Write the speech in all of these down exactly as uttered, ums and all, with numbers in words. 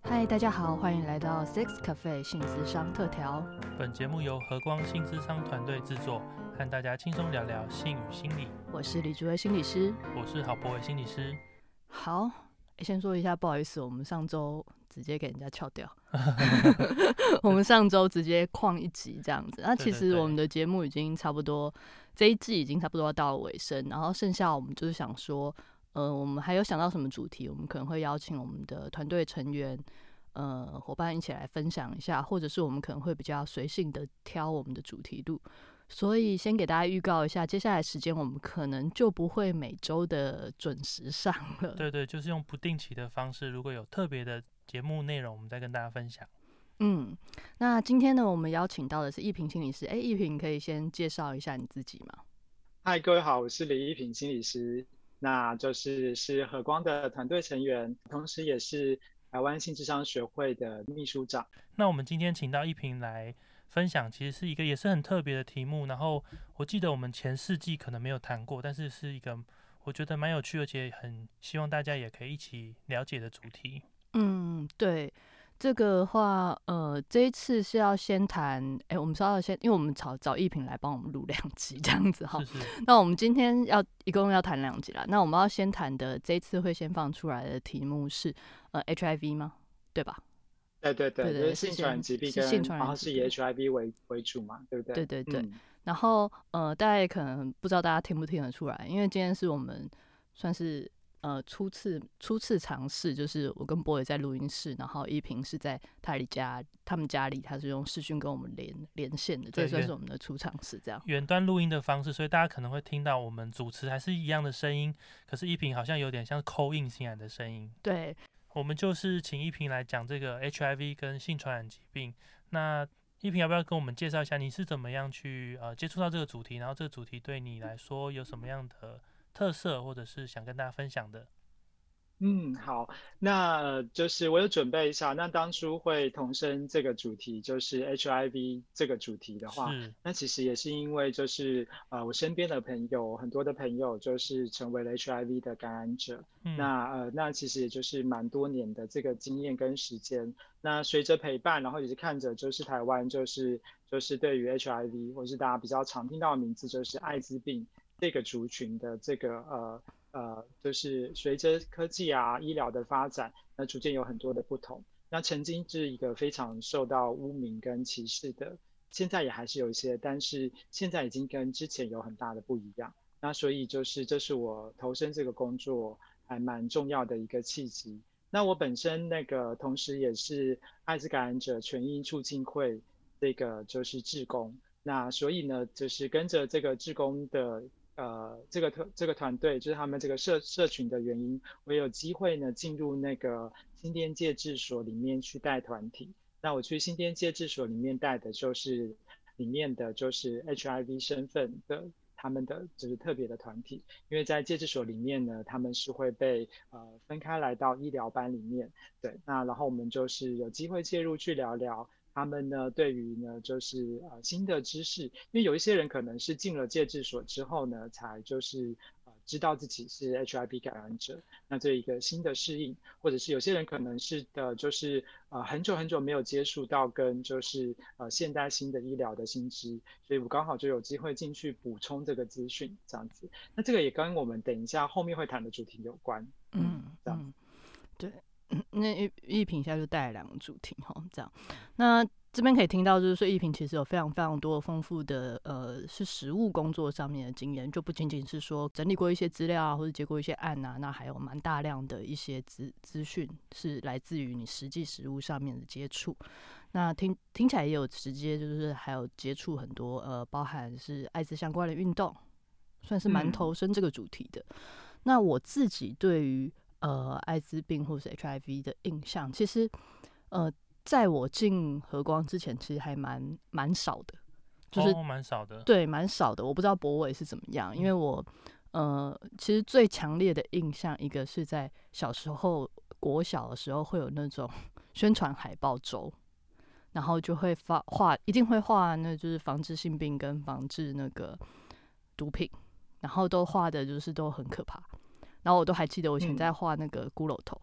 嗨，大家好，欢迎来到 Sex Cafe 性咨商特调。 本节目由和光性咨商团队制作，和大家轻松聊聊性与心理。 我是李竹薇心理师， 我是郝博伟心理师。 好，先说一下，不好意思，我们上周直接给人家撬掉，我们上周直接旷一集这样子。那其实我们的节目已经差不多，这一季已经差不多要到了尾声，然后剩下我们就是想说，呃，我们还有想到什么主题，我们可能会邀请我们的团队成员。呃，伙伴一起来分享一下，或者是我们可能会比较随性的挑我们的主题录，所以先给大家预告一下，接下来时间我们可能就不会每周的准时上了。 对对，就是用不定期的方式，如果有特别的节目内容，我们再跟大家分享。 嗯，那今天呢，我们邀请到的是一平心理师。哎，一平可以先介绍一下你自己吗？ 嗨，各位好，我是李一平心理师，那就是是和光的团队成员，同时也是台湾性智商学会的秘书长。 那我们今天请到一平来分享，其实是一个也是很特别的题目。然后我记得我们前四季可能没有谈过，但是是一个我觉得蛮有趣，而且很希望大家也可以一起了解的主题。 嗯，对。这个的话，呃，这一次是要先谈，哎，我们是要先，因为我们找找一平来帮我们录两集这样子哈。 是是。 那我们今天要一共要谈两集啦。那我们要先谈的，这一次会先放出来的题目是，呃 ，H I V 吗？对吧？ 对对对， 对对， 就是性传染疾病跟， 性传染然后是以 H I V 为为主嘛，对不对？ 对对对。 嗯、 然后呃，大家可能不知道大家听不听得出来，因为今天是我们算是。呃，初次初次尝试，就是我跟博伟在录音室，然后一平是在他里家，他们家里，他是用视讯跟我们连连线的，这算是我们的初尝试，这样远端录音的方式，所以大家可能会听到我们主持还是一样的声音，可是一平好像有点像call in进来的声音。 对， 我们就是请一平来讲这个 H I V 跟性传染疾病。那一平要不要跟我们介绍一下，你是怎么样去呃接触到这个主题，然后这个主题对你来说有什么样的特色，或者是想跟大家分享的？ 嗯，好，那就是我有准备一下。那当初会同声这个主题，就是 H I V 这个主题的话，那其实也是因为就是呃我身边的朋友很多的朋友就是成为了 H I V 的感染者，嗯、那呃那其实也就是蛮多年的这个经验跟时间。那随着陪伴，然后也是看着就是台湾就是就是对于 H I V 或是大家比较常听到的名字就是艾滋病这个族群的这个呃。呃，就是随着科技啊、医疗的发展，那逐渐有很多的不同。那曾经是一个非常受到污名跟歧视的，现在也还是有一些，但是现在已经跟之前有很大的不一样。那所以就是这是我投身这个工作还蛮重要的一个契机。那我本身那个同时也是艾滋感染者权益促进会这个就是志工，那所以呢，就是跟着这个志工的。呃，这个这个团队就是他们这个社社群的原因，我有机会呢进入那个新店戒治所里面去带团体。那我去新店戒治所里面带的就是里面的就是 H I V 身份的他们的就是特别的团体，因为在戒治所里面呢，他们是会被呃分开来到医疗班里面，对，那然后我们就是有机会介入去聊聊。他们呢，对于呢，就是呃新的知识，因为有一些人可能是进了戒治所之后呢，才就是呃知道自己是 H I V 感染者，那这一个新的适应，或者是有些人可能是的，就是呃很久很久没有接触到跟就是呃现代新的医疗的新知，所以我刚好就有机会进去补充这个资讯，这样子。那这个也跟我们等一下后面会谈的主题有关，嗯，这样子。 嗯，对。那一一平现在就带来两个主题哈，这样。那这边可以听到，就是说一平其实有非常非常多丰富的呃是实务工作上面的经验，就不仅仅是说整理过一些资料啊，或者接过一些案啊，那还有蛮大量的一些资资讯是来自于你实际实务上面的接触。那听听起来也有直接就是还有接触很多呃包含是艾滋相关的运动，算是蛮投身这个主题的。嗯、那我自己对于呃，艾滋病或是 H I V 的印象，其实，呃，在我进和光之前，其实还蛮蛮少的，就是蛮、哦、少的， 对，蛮少的。我不知道博伟是怎么样，因为我呃，其实最强烈的印象，一个是在小时候国小的时候会有那种宣传海报周，然后就会发画，一定会画，那就是防治性病跟防治那个毒品，然后都画的就是都很可怕。然后我都还记得我以前在画那个骷髅头，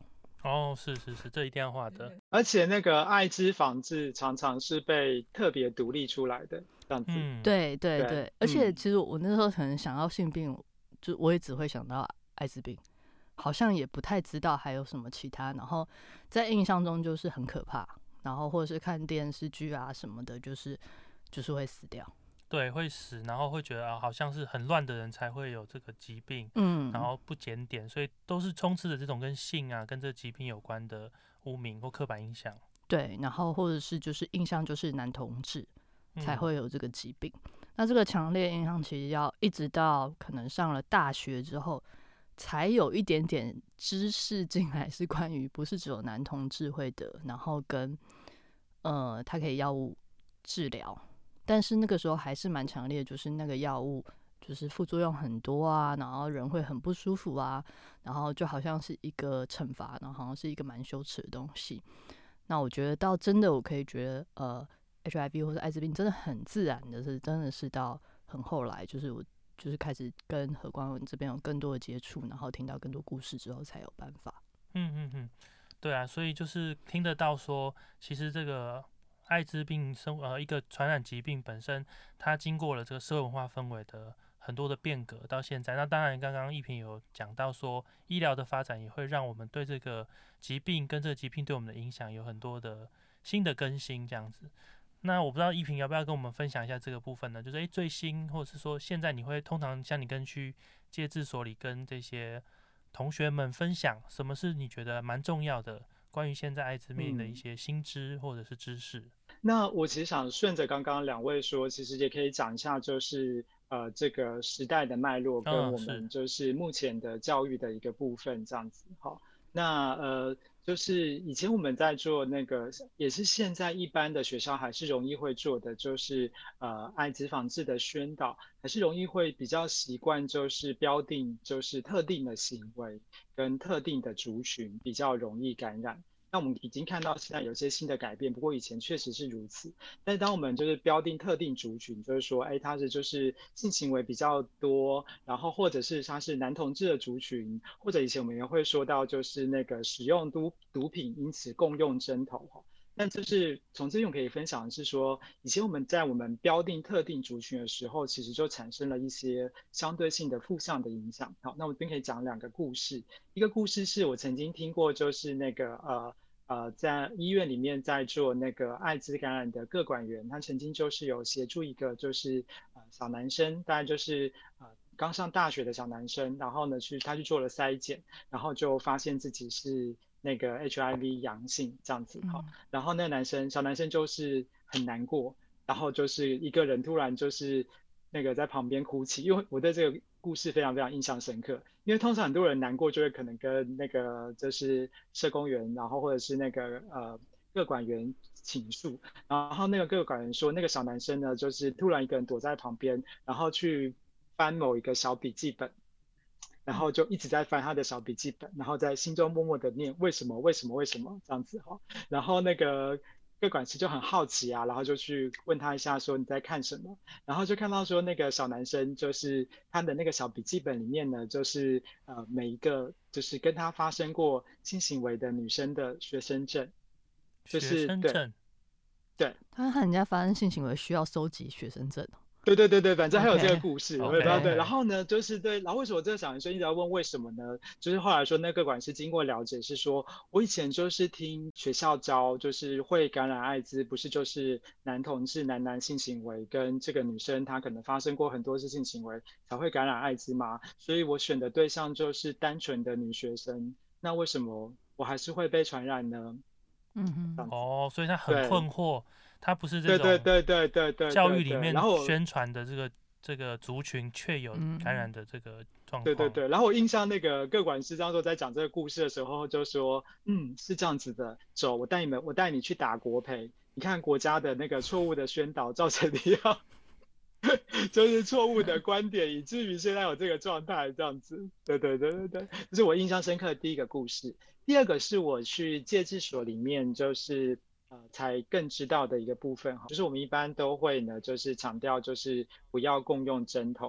哦，是是是，这一定要画的。 而且那个艾滋防治常常是被特别独立出来的这样子。 嗯， 对对 对, 对，而且其实我那时候可能想到性病，就我也只会想到艾滋病，好像也不太知道还有什么其他。然后在印象中就是很可怕，然后或者是看电视剧啊什么的，就是就是会死掉。 对，会死，然后会觉得、啊、好像是很乱的人才会有这个疾病， 嗯， 然后不检点，所以都是充斥着这种跟性啊、跟这疾病有关的污名或刻板印象。 对，然后或者是就是印象就是男同志才会有这个疾病。 嗯、 那这个强烈印象其实要一直到可能上了大学之后，才有一点点知识进来，是关于不是只有男同志会得，然后跟呃他可以药物治疗。但是那个时候还是蛮强烈的，就是那个药物就是副作用很多啊，然后人会很不舒服啊，然后就好像是一个惩罚，然后好像是一个蛮羞耻的东西。那我觉得到真的我可以觉得呃 H I V 或者艾滋病真的很自然的是真的是到很后来，就是我就是开始跟何光文这边有更多的接触，然后听到更多故事之后才有办法。 嗯嗯嗯，对啊，所以就是听得到说，其实这个艾滋病生呃一个传染疾病本身，它经过了这个社会文化氛围的很多的变革到现在。那当然，刚刚一平有讲到说，医疗的发展也会让我们对这个疾病跟这个疾病对我们的影响有很多的新的更新这样子。那我不知道一平要不要跟我们分享一下这个部分呢？就是诶最新或者是说现在你会通常像你跟去戒治所里跟这些同学们分享，什么是你觉得蛮重要的？关于现在艾滋病的一些新知或者是知识。嗯、 那我其实想顺着刚刚两位说，其实也可以讲一下，就是呃这个时代的脉络跟我们就是目前的教育的一个部分这样子。好，那呃就是以前我们在做那个，也是现在一般的学校还是容易会做的，就是呃艾滋防治的宣导，还是容易会比较习惯就是标定就是特定的行为跟特定的族群比较容易感染。那我们已经看到现在有些新的改变，不过以前确实是如此。但是当我们就是标定特定族群，就是说，哎，他是就是性行为比较多，然后或者是他是男同志的族群，或者以前我们也会说到就是那个使用毒毒品，因此共用针头。但就是从这边可以分享的是说，以前我们在我们标定特定族群的时候，其实就产生了一些相对性的负向的影响。好，那我这边可以讲两个故事。一个故事是我曾经听过，就是那个呃呃在医院里面在做那个艾滋感染的个管员，他曾经就是有协助一个就是呃小男生，大概就是呃刚上大学的小男生，然后呢去他去做了筛检，然后就发现自己是那个 H I V 阳性这样子。好，然后那个男生小男生就是很难过，然后就是一个人突然就是那个在旁边哭泣，因为我对这个故事非常非常印象深刻，因为通常很多人难过就会可能跟那个就是社工员，然后或者是那个呃个管员倾诉，然后那个个管员说那个小男生呢就是突然一个人躲在旁边，然后去翻某一个小笔记本。然后就一直在翻他的小笔记本，然后在心中默默的念为什么为什么为什么这样子哈。然后那个个管师就很好奇啊，然后就去问他一下说你在看什么，然后就看到说那个小男生就是他的那个小笔记本里面呢，就是呃每一个就是跟他发生过性行为的女生的学生证，就是学生证， 对，对他和人家发生性行为需要收集学生证。 对对对对，反正还有这个故事， okay, 对 okay, 对。然后呢，就是对，然后为什么这个小男生一直要问为什么呢？就是后来说那个管师经过了解是说，我以前就是听学校教，就是会感染艾滋，不是就是男同志男男性行为跟这个女生她可能发生过很多次性行为才会感染艾滋嘛，所以我选的对象就是单纯的女学生，那为什么我还是会被传染呢？ 嗯哼， 哦，所以他很困惑。他不是这种对对对对对教育里面然后宣传的这个这个族群却有感染的这个状况。 对对对，然后我印象那个个管师当时在讲这个故事的时候就说，嗯，是这样子的，走，我带你们，我带你去打国培，你看国家的那个错误的宣导造成你要就是错误的观点，以至于现在有这个状态这样子。对对对对对，这是我印象深刻的第一个故事。第二个是我去戒治所里面就是呃，才更知道的一个部分，就是我们一般都会呢，就是强调就是不要共用针头，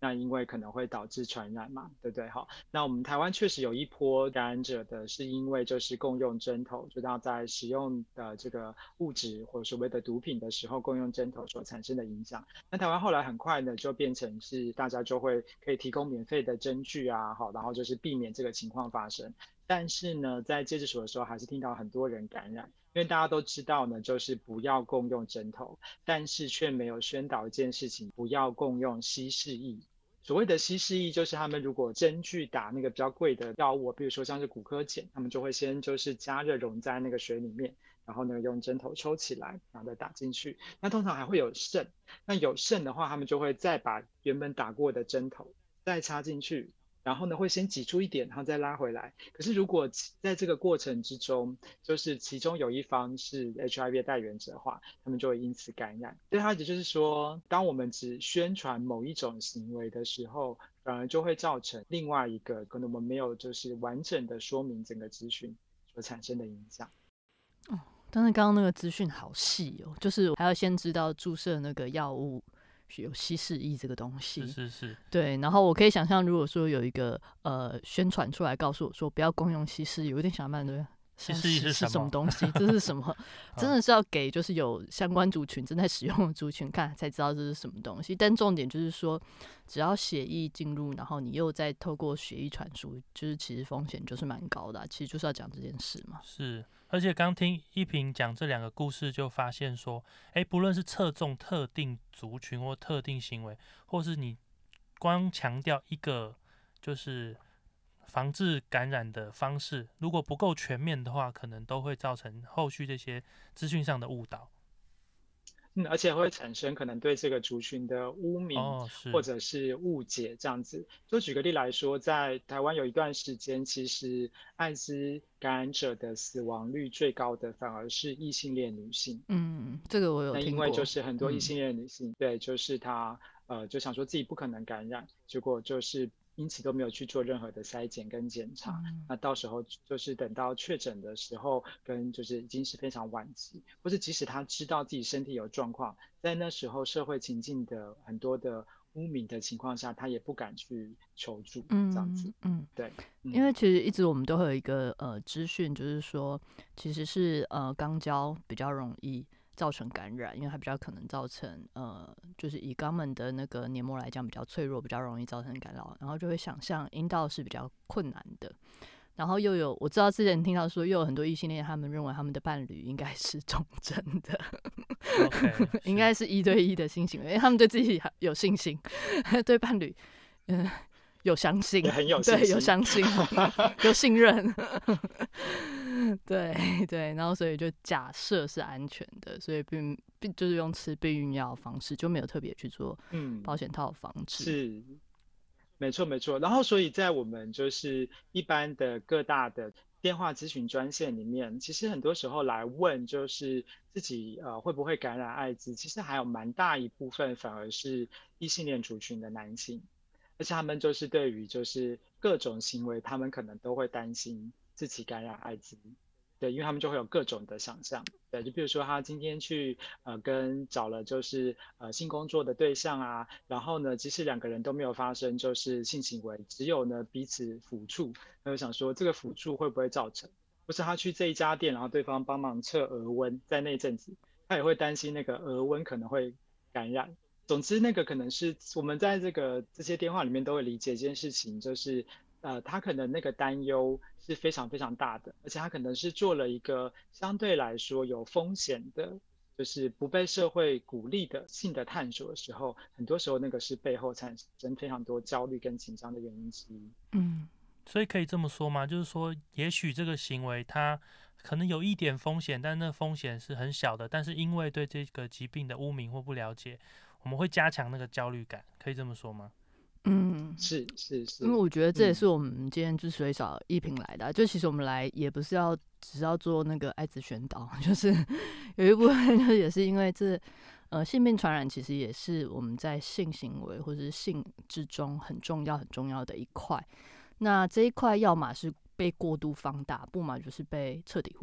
那因为可能会导致传染嘛，对不对？好，那我们台湾确实有一波感染者的是因为就是共用针头，就到在使用的这个物质或所谓的毒品的时候，共用针头所产生的影响。那台湾后来很快呢就变成是大家就会可以提供免费的针具啊，好，然后就是避免这个情况发生。但是呢，在戒治所的时候，还是听到很多人感染，因为大家都知道呢，就是不要共用针头，但是却没有宣导一件事情，不要共用稀释液。所谓的稀释液，就是他们如果针具打那个比较贵的药物，比如说像是骨科碱，他们就会先就是加热溶在那个水里面，然后呢用针头抽起来，然后再打进去。那通常还会有渗，那有渗的话，他们就会再把原本打过的针头再插进去。然后呢，会先挤出一点，然后再拉回来。可是如果在这个过程之中，就是其中有一方是 H I V 带原者的话，他们就会因此感染。对他也就是说，当我们只宣传某一种行为的时候，反而就会造成另外一个可能我们没有就是完整的说明整个资讯所产生的影响。 哦，但是刚刚那个资讯好细哦，就是还要先知道注射那个药物有稀释液这个东西， 是是是， 对。然后我可以想象，如果说有一个呃宣传出来告诉我说不要共用稀释液，有点想慢对。 稀释液是什么东西？这是什么？真的是要给就是有相关族群正在使用的族群看才知道这是什么东西。但重点就是说，只要血液进入，然后你又再透过血液传输，就是其实风险就是蛮高的、啊。其实就是要讲这件事嘛。 是，而且刚听一平讲这两个故事，就发现说，哎，不论是侧重特定族群或特定行为，或是你光强调一个就是防治感染的方式，如果不够全面的话，可能都会造成后续这些资讯上的误导。 嗯，而且会产生可能对这个族群的污名、 哦、是或者是误解这样子。就举个例来说，在台湾有一段时间，其实艾滋感染者的死亡率最高的反而是异性恋女性。 嗯，这个我有听过。 那因为就是很多异性恋女性，嗯、对，就是她呃就想说自己不可能感染，结果就是因此都没有去做任何的筛检跟检查、嗯、那到时候就是等到确诊的时候跟就是已经是非常晚期，或是即使他知道自己身体有状况，在那时候社会情境的很多的污名的情况下，他也不敢去求助这样子。嗯, 嗯对、嗯、 因为其实一直我们都会有一个呃资讯，就是说其实是呃肛交比较容易造成感染，因为它比较可能造成呃，就是以肛门的那个黏膜来讲比较脆弱，比较容易造成干扰，然后就会想象阴道是比较困难的。然后又有我知道之前听到说，又有很多异性恋他们认为他们的伴侣应该是忠贞的，okay, 应该是一对一的性行为，因为他们对自己有信心，对伴侣嗯、呃、有相信， 很有信心， 对，有相信，有信任。对对，然后所以就假设是安全的，所以并并就是用吃避孕药的方式，就没有特别去做保险套的防治。 嗯、是，没错没错。然后所以在我们就是一般的各大的电话咨询专线里面，其实很多时候来问就是自己呃会不会感染艾滋，其实还有蛮大一部分反而是异性恋族群的男性，而且他们就是对于就是各种行为，他们可能都会担心自己感染艾滋，对，因为他们就会有各种的想象，对，就比如说他今天去呃跟找了就是呃性工作的对象啊，然后呢，即使两个人都没有发生就是性行为，只有呢彼此抚触，他就想说这个抚触会不会造成，或是他去这一家店，然后对方帮忙测额温，在那阵子他也会担心那个额温可能会感染。总之那个可能是我们在这个这些电话里面都会理解一件事情，就是呃他可能那个担忧是非常非常大的，而且他可能是做了一个相对来说有风险的，就是不被社会鼓励的性的探索的时候，很多时候那个是背后产生非常多焦虑跟紧张的原因之一。 嗯，所以可以这么说吗？就是说也许这个行为它可能有一点风险，但那风险是很小的，但是因为对这个疾病的污名或不了解，我们会加强那个焦虑感，可以这么说吗？ 嗯， 是是是， 因为我觉得这也是我们今天之所以找一平来的、啊嗯，就其实我们来也不是要只是要做那个艾滋宣导，就是有一部分就是也是因为这呃性病传染其实也是我们在性行为或者是性之中很重要很重要的一块，那这一块要么是被过度放大，不嘛就是被彻底忽略，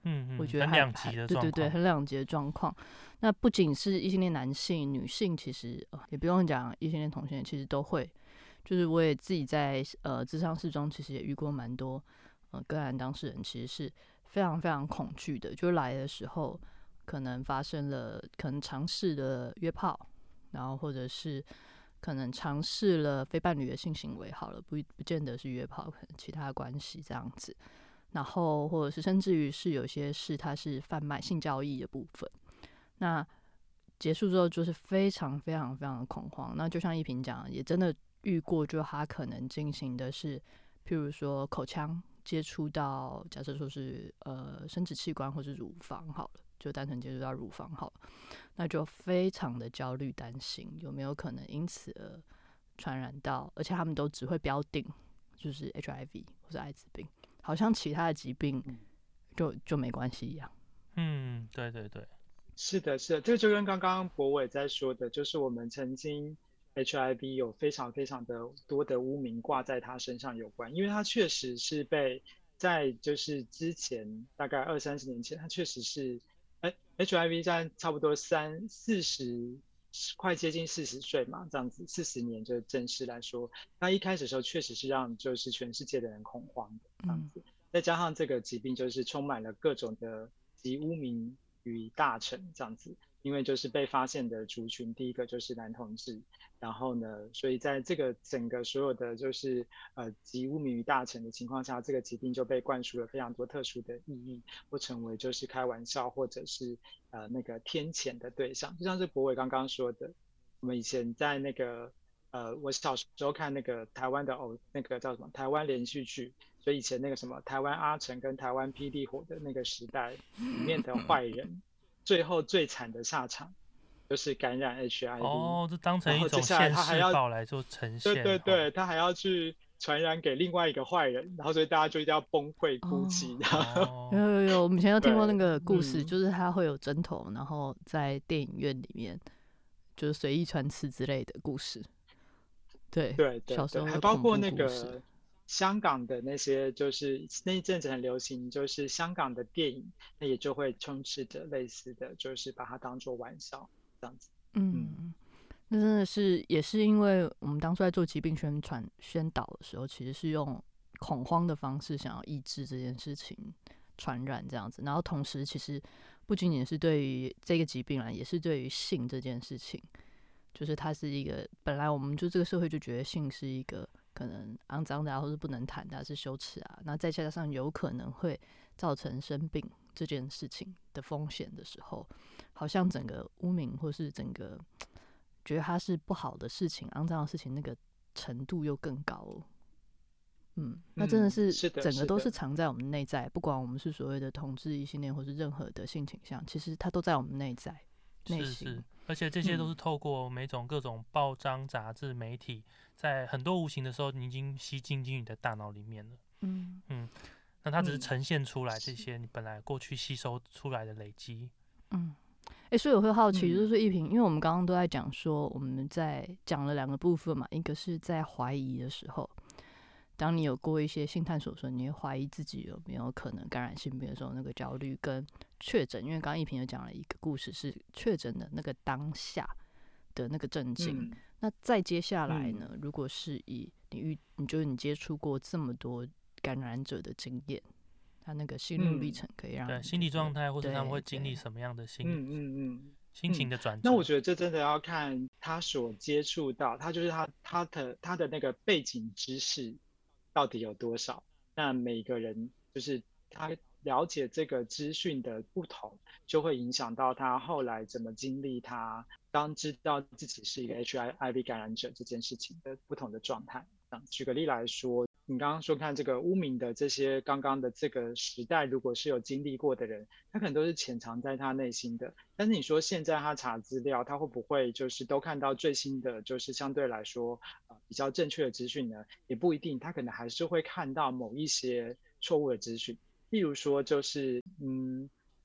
嗯嗯， 我觉得很两极的状况， 对对对，很两极的状况。那不仅是异性恋男性，女性其实、呃、也不用讲，异性恋同性恋其实都会。就是我也自己在呃諮商室中，其实也遇过蛮多呃个案当事人，其实是非常非常恐惧的。就来的时候，可能发生了，可能尝试了约炮，然后或者是可能尝试了非伴侣的性行为，好了，不不见得是约炮，可能其他关系这样子。然后或者是甚至于是有些事它是贩卖性交易的部分。那结束之后就是非常非常非常的恐慌。那就像一平讲，也真的遇过，就他可能进行的是，譬如说口腔接触到，假设说是呃生殖器官或是乳房好了，就单纯接触到乳房好了，那就非常的焦虑担心有没有可能因此而传染到，而且他们都只会标定就是 H I V 或是艾滋病，好像其他的疾病就就没关系一样。 嗯，对对对， 是的，是的，这就跟刚刚博伟在说的，就是我们曾经 H I V 有非常非常的多的污名挂在他身上有关，因为他确实是被在就是之前大概二三十年前，他确实是，哎 H I V 在差不多三四十快接近四十岁嘛，这样子四十年就正式来说，那一开始的时候确实是让就是全世界的人恐慌的这样子，嗯、再加上这个疾病就是充满了各种的及污名于大成这样子，因为就是被发现的族群，第一个就是男同志，然后呢，所以在这个整个所有的就是呃及污名于大成的情况下，这个疾病就被灌输了非常多特殊的意义，或成为就是开玩笑或者是呃那个天谴的对象，就像是博伟刚刚说的，我们以前在那个呃我小时候看那个台湾的偶那个叫什么台湾连续剧。所以以前那个什么台湾阿成跟台湾霹雳火的那个时代里面的坏人，最后最惨的下场就是感染 H I V， 哦，这当成一种现世报来做呈现， 对对对，哦、他还要去传染给另外一个坏人，然后所以大家就一定要崩溃哭泣。 哦、有有有，我们以前有听过那个故事，就是他会有针头，然后在电影院里面就是随意穿刺之类的故事。对对对对，还包括那个香港的那些，就是那一阵子很流行，就是香港的电影，那也就会充斥着类似的，就是把它当作玩笑这样子。 嗯，嗯那真的是也是因为我们当初在做疾病宣传宣导的时候，其实是用恐慌的方式想要抑制这件事情传染这样子，然后同时其实不仅仅是对于这个疾病啦，也是对于性这件事情。就是它是一个，本来我们就这个社会就觉得性是一个可能肮脏的啊，或是不能谈的、啊，是羞耻啊。那再加上有可能会造成生病这件事情的风险的时候，好像整个污名或是整个觉得它是不好的事情、肮脏的事情，那个程度又更高了。嗯，那真的是整个都是藏在我们内在，不管我们是所谓的同志、异性恋，或是任何的性倾向，其实它都在我们内在。 是是，而且这些都是透过每种各种报章、杂志、媒体，在很多无形的时候，你已经吸进进你的大脑里面了。嗯嗯，那它只是呈现出来这些你本来过去吸收出来的累积。 嗯，哎、欸，所以我会好奇，就是一平，因为我们刚刚都在讲说，我们在讲了两个部分嘛，一个是在怀疑的时候。当你有过一些性探索的时候，你会怀疑自己有没有可能感染性病的时候，那个焦虑跟确诊，因为刚刚一平有讲了一个故事，是确诊的那个当下的那个震惊。嗯、那再接下来呢？嗯、如果是以你遇，你觉得你接触过这么多感染者的经验，他那个心路历程可以让、 嗯、对心理状态，或者他们会经历什么样的心嗯嗯嗯心情的转折、 嗯？那我觉得这真的要看他所接触到，他就是他他的他的那个背景知识。到底有多少？那每个人就是他了解这个资讯的不同，就会影响到他后来怎么经历他当知道自己是一个 H I V 感染者这件事情的不同的状态。举个例来说，你刚刚说看这个污名的这些刚刚的这个时代，如果是有经历过的人，他可能都是潜藏在他内心的。但是你说现在他查资料，他会不会就是都看到最新的，就是相对来说、呃、比较正确的资讯呢？也不一定，他可能还是会看到某一些错误的资讯。例如说就是嗯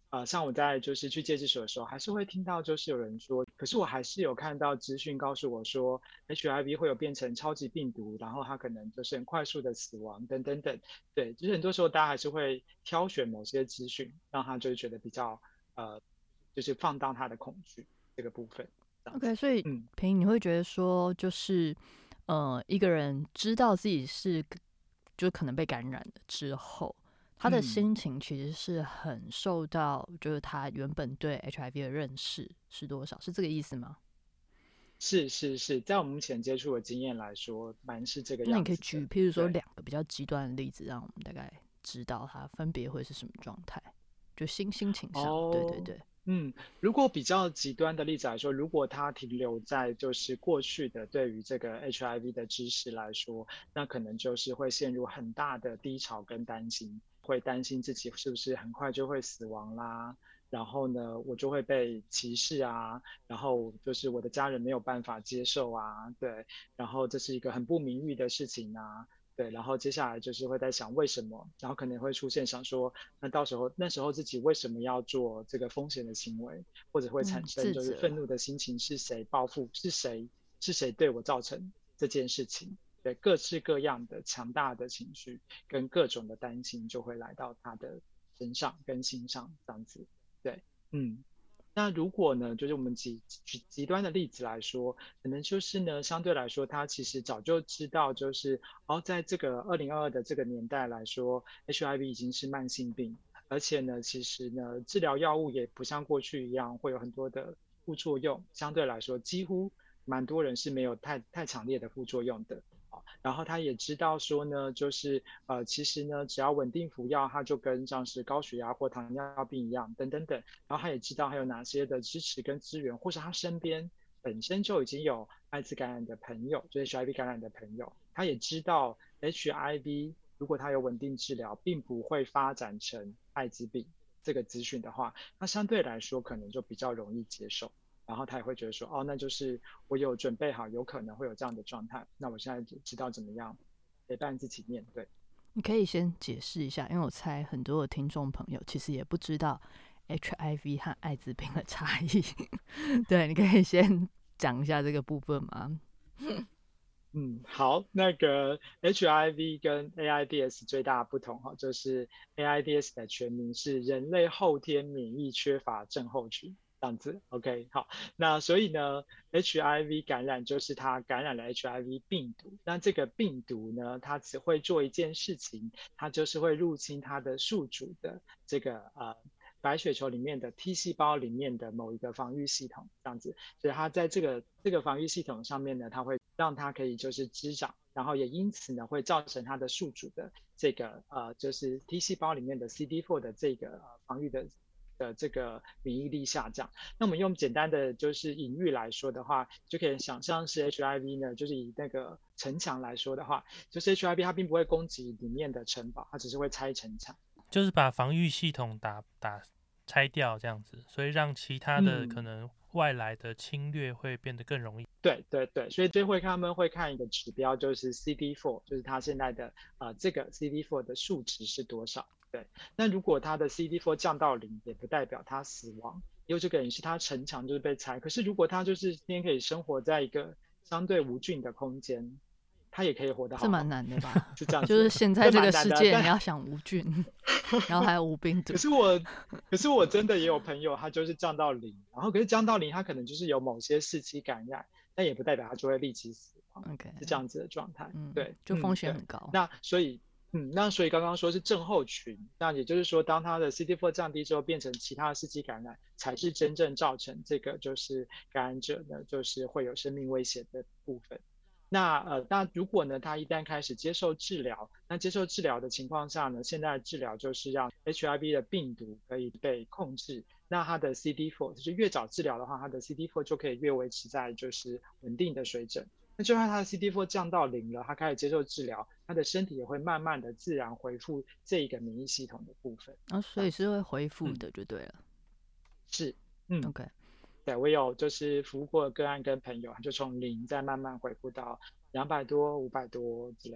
呃，像我在就是去戒治所的时候，还是会听到就是有人说，可是我还是有看到资讯告诉我说 H I V 会有变成超级病毒，然后它可能就是很快速的死亡等等等。对，就是很多时候大家还是会挑选某些资讯，让他就是觉得比较呃，就是放大他的恐惧这个部分。 OK， 所以嗯， 平你会觉得说，就是呃，一个人知道自己是就可能被感染了之后，他的心情其实是很受到，就是他原本对 H I V 的认识是多少，是这个意思吗？ 是是是，在我目前接触的经验来说，蛮是这个那你样子的。 可以举，譬如说对， 两个比较极端的例子，让我们大概知道他分别会是什么状态，就心心情上。对对哦， 对， 嗯，如果比较极端的例子来说，如果他停留在就是过去的对于这个 H I V 的知识来说，那可能就是会陷入很大的低潮跟担心，会担心自己是不是很快就会死亡啦，然后呢，我就会被歧视啊，然后就是我的家人没有办法接受啊，对，然后这是一个很不名誉的事情啊。对，然后接下来就是会在想为什么，然后可能会出现想说，那到时候那时候自己为什么要做这个风险的行为，或者会嗯， 产生就是自责。 愤怒的心情，是谁报复，是谁是谁对我造成这件事情，对，各式各样的强大的情绪跟各种的担心就会来到他的身上跟心上这样子，对，嗯。那如果呢，就是我们极极极端的例子来说，可能就是呢，相对来说，他其实早就知道，就是哦，在这个二零二二的这个年代来说，H I V 已经是慢性病，而且呢，其实呢，治疗药物也不像过去一样会有很多的副作用，相对来说，几乎蛮多人是没有太太强烈的副作用的。然后他也知道说呢，就是呃，其实呢，只要稳定服药，它就跟像是高血压或糖尿病一样，等等等。然后他也知道还有哪些的支持跟资源，或是他身边本身就已经有艾滋感染的朋友，就是 H I V 感染的朋友，他也知道 H I V 如果他有稳定治疗，并不会发展成艾滋病这个资讯的话，那相对来说可能就比较容易接受。然后他也会觉得说，哦，那就是我有准备好，有可能会有这样的状态，那我现在就知道怎么样陪伴自己面对。 你可以先解释一下，因为我猜很多的听众朋友其实也不知道 H I V 和艾滋病的差异。对，你可以先讲一下这个部分吗？ 嗯，好，那个 H I V 跟 A I D S 最大的不同哈，就是 A I D S 的全名是人类后天免疫缺乏症候群，这样子。OK，好，那所以呢，H I V 感染就是它感染了 H I V 病毒，那这个病毒呢，它只会做一件事情，它就是会入侵它的宿主的这个呃白血球里面的 T 细胞里面的某一个防御系统，这样子。所以它在这个这个防御系统上面呢，它会让它可以就是滋长，然后也因此呢会造成它的宿主的这个呃就是 T 细胞里面的 C D 四 的这个、呃、防御的的这个免疫力下降。那我们用简单的就是隐喻来说的话，就可以想象是 H I V 呢，就是以那个城墙来说的话，就是 H I V 它并不会攻击里面的城堡，它只是会拆城墙， 就是把防御系统打打拆掉这样子，所以让其他的可嗯， 能外来的侵略会变得更容易。 对对对，所以最会他们会看一个指标，就是 C D 四，就是它现在的呃这个 C D 四的数值是多少。对，那如果它的 C D 四降到零，也不代表它死亡，因为这个人是他城墙就是被拆。可是如果他就是今天可以生活在一个相对无菌的空间，他也可以活得这蛮好好的， 难的吧？ 是这样就是子， 现在这个这蛮难的。 世界， 但你要想无菌，然后还有无病毒。 可是我，可是我真的也有朋友，他就是降到零，然后可是降到零，他可能就是有某些四期感染，但也不代表他就会立即死亡， OK， 是这样子的状态。 嗯， 对， 就风嗯，对。 险很高。 那所以，嗯，那所以刚刚说是症候群，那也就是说，当他的 C D 四 降低之后，变成其他的四期感染，才是真正造成这个就是感染者呢，就是会有生命危险的部分。那呃，那如果呢，他一旦开始接受治疗，那接受治疗的情况下呢，现在的治疗就是让 H I V 的病毒可以被控制。那它的 C D 四 就是越早治疗的话，它的 C D 四 就可以越维持在就是稳定的水准。那就算它的 C D 四 降到零了，他开始接受治疗，他的身体也会慢慢的自然恢复这一个免疫系统的部分。 然后、哦、所以是会恢复嗯， 的，就对了。 是，嗯。 OK， 对，我有就是服务过的个案跟朋友，就从零再慢慢恢复到两百多、五百多之类的。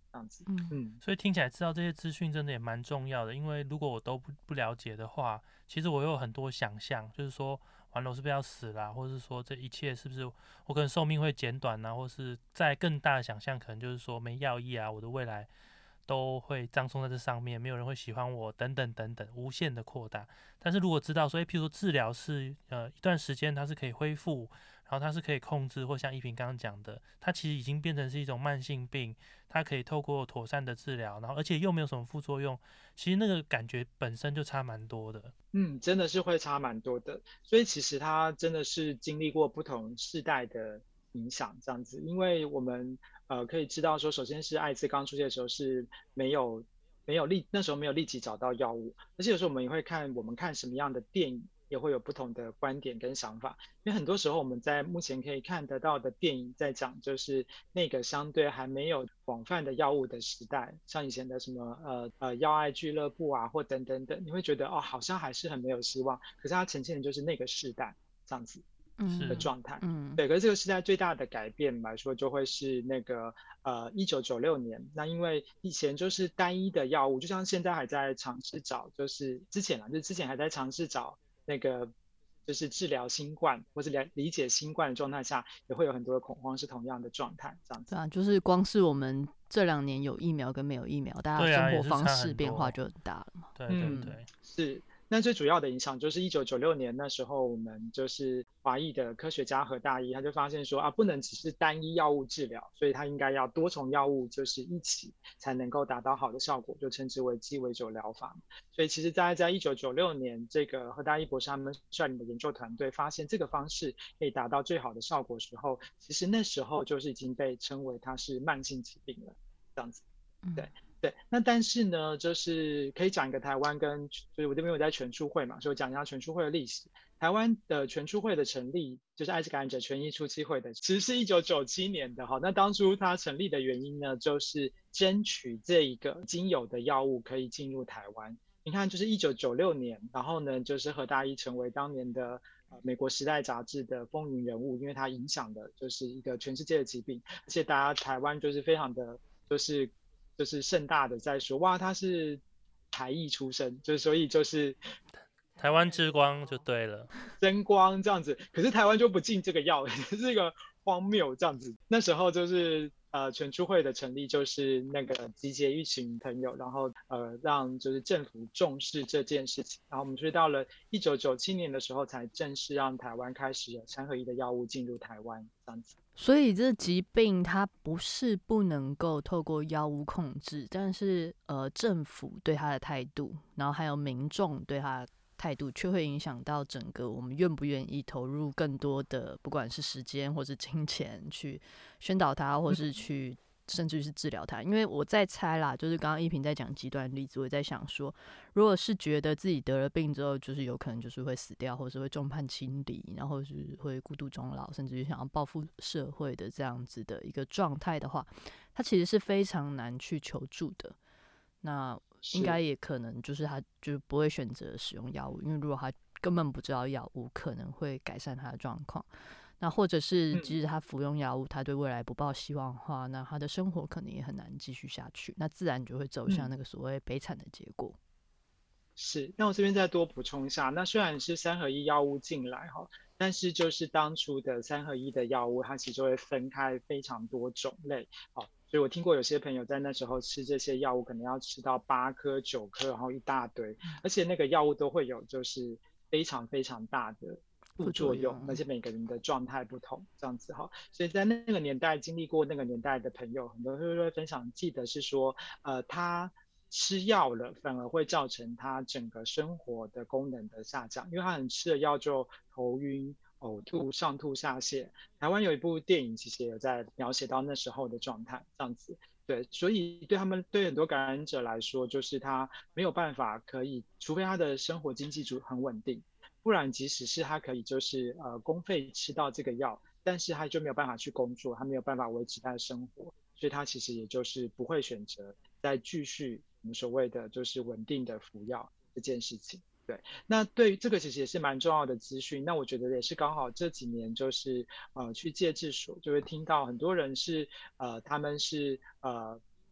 这样子。 嗯嗯，所以听起来知道这些资讯真的也蛮重要的，因为如果我都不不了解的话，其实我有很多想象，就是说完了我是不是要死啦、啊，或者是说这一切是不是我可能寿命会减短啊，或是在更大的想象，可能就是说没药医啊，我的未来都会葬送在这上面，没有人会喜欢我，等等等等，无限的扩大。但是如果知道说，譬如说治疗是呃一段时间它是可以恢复，然后它是可以控制，或像依萍刚刚讲的，它其实已经变成是一种慢性病，它可以透过妥善的治疗，然后而且又没有什么副作用，其实那个感觉本身就差蛮多的。 嗯，真的是会差蛮多的。所以其实它真的是经历过不同世代的影响这样子，因为我们呃可以知道说，首先是艾滋刚出现的时候是没有没有立那时候没有立即找到药物，而且有时候我们也会看我们看什么样的电影，也会有不同的观点跟想法。因为很多时候我们在目前可以看得到的电影在讲就是那个相对还没有广泛的药物的时代，像以前的什么呃呃药爱俱乐部啊或等等等，你会觉得哦好像还是很没有希望，可是它呈现的就是那个世代这样子的状态。嗯，对，可是这个时代最大的改变来说，就会是那个呃一九九六年，那因为以前就是单一的药物，就像现在还在尝试找，就是之前啊，就是之前还在尝试找那个就是治疗新冠或是理理解新冠的状态下，也会有很多的恐慌，是同样的状态这样子。 对啊，就是光是我们这两年有疫苗跟没有疫苗，大家生活方式变化就很大了嘛。 对对对， 嗯、是。那最主要的影响就是一九九六年那时候，我们就是华裔的科学家何大一，他就发现说啊，不能只是单一药物治疗，所以他应该要多重药物就是一起才能够达到好的效果，就称之为鸡尾酒疗法。所以其实在在一九九六年，这个何大一博士他们率领的研究团队发现这个方式可以达到最好的效果的时候，其实那时候就是已经被称为它是慢性疾病了，这样子，对。嗯对，那但是呢，就是可以讲一个台湾跟，就是我这边有在全书会嘛，所以我讲一下全书会的历史。台湾的全书会的成立，就是艾滋感染者权益促进会的，其实是一九九七年的哈。那当初它成立的原因呢，就是争取这一个经有的药物可以进入台湾。你看，就是一九九六年，然后呢，就是何大一成为当年的呃美国时代杂志的风云人物，因为它影响的就是一个全世界的疾病，而且大家台湾就是非常的就是。就是盛大的在说，哇，他是台裔出身，就是所以就是台湾之光就对了， 争光这样子。可是台湾就不进这个药，是一个荒谬这样子。那时候就是呃全书会的成立，就是那个集结一群朋友，然后呃让就是政府重视这件事情。然后我们是到了一九九七年的时候，才正式让台湾开始有三合一的药物进入台湾这样子。 所以这疾病它不是不能够透过药物控制，但是呃政府对它的态度，然后还有民众对它的态度，却会影响到整个我们愿不愿意投入更多的不管是时间或是金钱去宣导它，或是去甚至是治疗它。因为我在猜啦，就是刚刚依萍在讲极端例子，我在想说，如果是觉得自己得了病之后，就是有可能就是会死掉，或是会众叛亲离，然后是会孤独终老，甚至于想要报复社会的这样子的一个状态的话，他其实是非常难去求助的。那应该也可能就是他就是不会选择使用药物，因为如果他根本不知道药物可能会改善他的状况，那或者是即使他服用药物，他对未来不抱希望的话，那他的生活可能也很难继续下去，那自然就会走向那个所谓悲惨的结果。嗯、 是，那我这边再多补充一下，那虽然是三合一药物进来哈，但是就是当初的三合一的药物，它其实会分开非常多种类，好。所以我听过有些朋友在那时候吃这些药物，可能要吃到八颗、九颗，然后一大堆，而且那个药物都会有就是非常非常大的副作用，而且每个人的状态不同，这样子哈。所以在那个年代经历过那个年代的朋友，很多人会分享，记得是说，呃，他吃药了，反而会造成他整个生活的功能的下降，因为他很吃了药就头晕。呕吐、上吐下泻，台湾有一部电影其实也有在描写到那时候的状态，这样子。对，所以对他们对很多感染者来说，就是他没有办法可以，除非他的生活经济很稳定，不然即使是他可以就是呃公费吃到这个药，但是他就没有办法去工作，他没有办法维持他的生活，所以他其实也就是不会选择再继续我们所谓的就是稳定的服药这件事情。对，那对这个其实也是蛮重要的资讯。那我觉得也是刚好这几年就是呃去戒治所就会听到很多人是呃他们是呃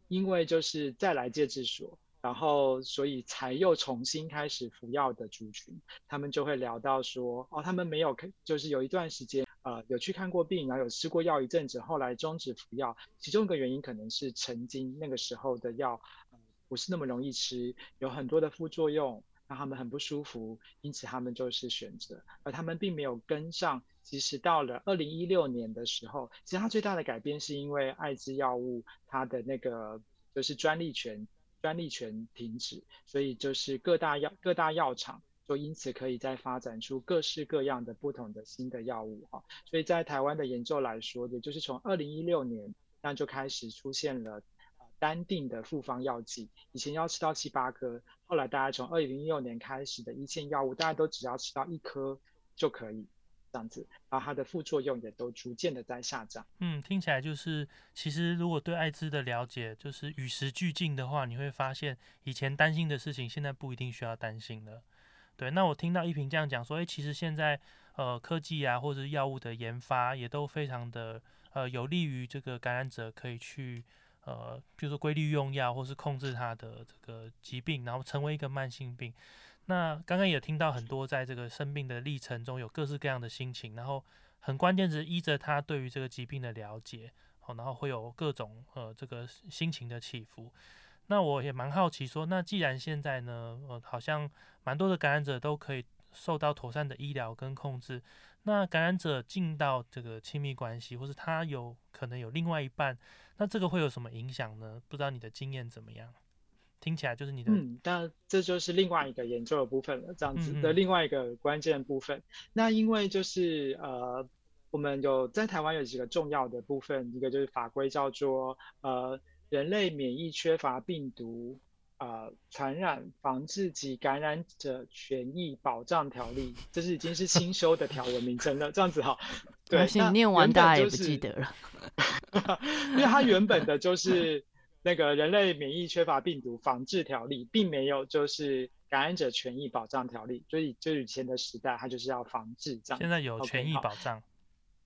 因为就是再来戒治所，然后所以才又重新开始服药的族群，他们就会聊到说，哦，他们没有就是有一段时间呃有去看过病，然后有吃过药一阵子，后来终止服药，其中一个原因可能是曾经那个时候的药、呃、不是那么容易吃，有很多的副作用，让他们很不舒服，因此他们就是选择，而他们并没有跟上。其实到了二零一六年的时候，其实它最大的改变是因为艾滋药物它的那个就是专利权专利权停止，所以就是各大药各大药厂就因此可以再发展出各式各样的不同的新的药物哈。所以在台湾的研究来说，也就是从二零一六年那就开始出现了单定的复方药剂，以前要吃到七八颗，后来大概从二零一六年开始的一线药物，大家都只要吃到一颗就可以。这样子，然后它的副作用也都逐渐的在下降。 嗯，听起来就是，其实如果对艾滋的了解就是与时俱进的话，你会发现以前担心的事情，现在不一定需要担心了。对，那我听到一平这样讲说，哎，其实现在呃科技啊，或者是药物的研发，也都非常的呃有利于这个感染者可以去呃，比如说规律用药，或是控制他的这个疾病，然后成为一个慢性病。那刚刚也听到很多在这个生病的历程中有各式各样的心情，然后很关键是依着他对于这个疾病的了解，然后会有各种呃这个心情的起伏。那我也蛮好奇说，那既然现在呢，呃，好像蛮多的感染者都可以受到妥善的医疗跟控制，那感染者进到这个亲密关系，或是他有可能有另外一半，那这个会有什么影响呢？不知道你的经验怎么样？听起来就是你的， 嗯，但这就是另外一个研究的部分了，这样子的另外一个关键部分。嗯嗯那因为就是呃，我们有在台湾有几个重要的部分，一个就是法规叫做呃人类免疫缺乏病毒呃传染防治及感染者权益保障条例，这是已经是新修的条文名称了，这样子哈。对， 那念完大家也不记得了， 因为它原本的就是。那个人类免疫缺乏病毒防治条例，并没有就是感染者权益保障条例，所以就以前的时代，它就是要防治这样。 现在有权益保障， 哎、okay ，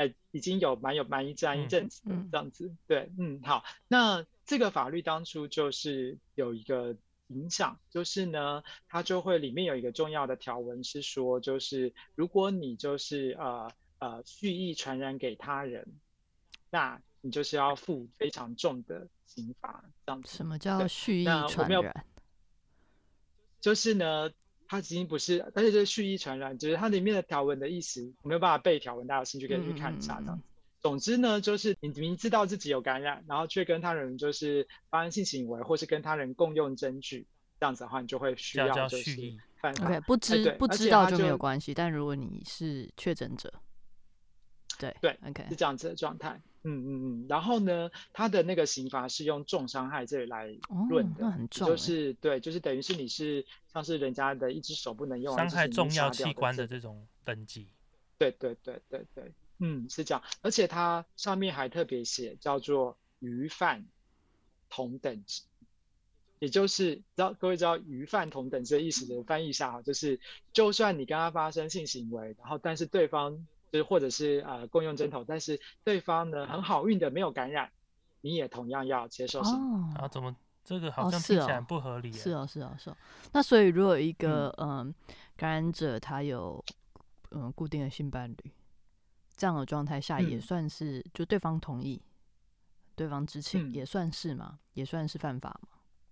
已经有蛮有蛮一战一阵子的、嗯、这样子，对，嗯，好，那这个法律当初就是有一个影响，就是呢，它就会里面有一个重要的条文是说，就是如果你就是呃呃蓄意传染给他人，那你就是要负非常重的刑罚，这样子。 什么叫蓄意传染？ 就是呢，它已经不是，而且就是蓄意传染，就是它里面的条文的意思，我没有办法背条文，大家有兴趣可以去看一下。这样子。嗯嗯嗯总之呢，就是你明知道自己有感染，然后却跟他人就是发生性行为，或是跟他人共用针具，这样子的话，你就会需要就是犯法。 OK， 不知、 哎、 不知道就没有关系，但如果你是确诊者，对对 ，OK 是这样子的状态。嗯嗯嗯，然后呢，他的那个刑罚是用重伤害这里来论的， 哦、那很重， 就是对，就是等于是你是像是人家的一只手不能用， 伤害重要器官的这种等级。 对对对对对，嗯，是这样，而且它上面还特别写叫做虞犯同等级，也就是知道各位知道虞犯同等级的意思的翻译一下哈，就是就算你跟他发生性行为，然后但是对方。就是或者是呃共用针头，但是对方呢很好运的没有感染，你也同样要接受刑罚。 哦，啊，怎么这个好像听起来不合理？ 是哦，是哦，是哦。那所以如果一个嗯、呃、感染者他有嗯固定的性伴侣，这样的状态下也算是、嗯、就对方同意、对方知情、嗯、也算是吗？也算是犯法吗？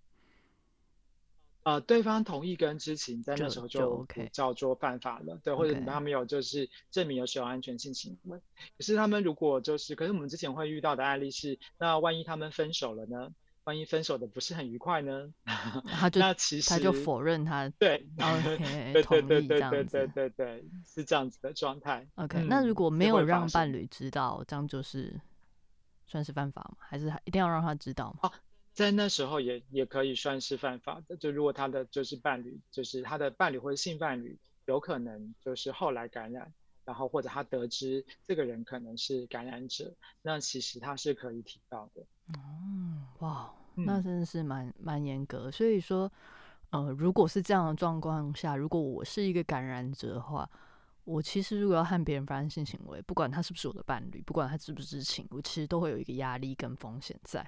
呃，对方同意跟知情，在那时候就叫做犯法了， okay. 对，或者他们有就是证明有使用安全性行为。可是他们如果就是，可是我们之前会遇到的案例是，那万一他们分手了呢？万一分手的不是很愉快呢？ 他就那其实他就否认他对 ，OK， 对对对对对对对对，是这样子的状态。 OK，、 嗯、 那如果没有让伴侣知道，这样就是算是犯法吗？还是一定要让他知道吗？ 啊在那时候也也可以算是犯法的，就如果他的就是伴侣，就是他的伴侣或者性伴侣有可能就是后来感染，然后或者他得知这个人可能是感染者，那其实他是可以提到的。 嗯，哇，那真的是蛮蛮严格。所以说，呃，如果是这样的状况下，如果我是一个感染者的话，我其实如果要和别人发生性行为，不管他是不是我的伴侣，不管他知不知情，我其实都会有一个压力跟风险在。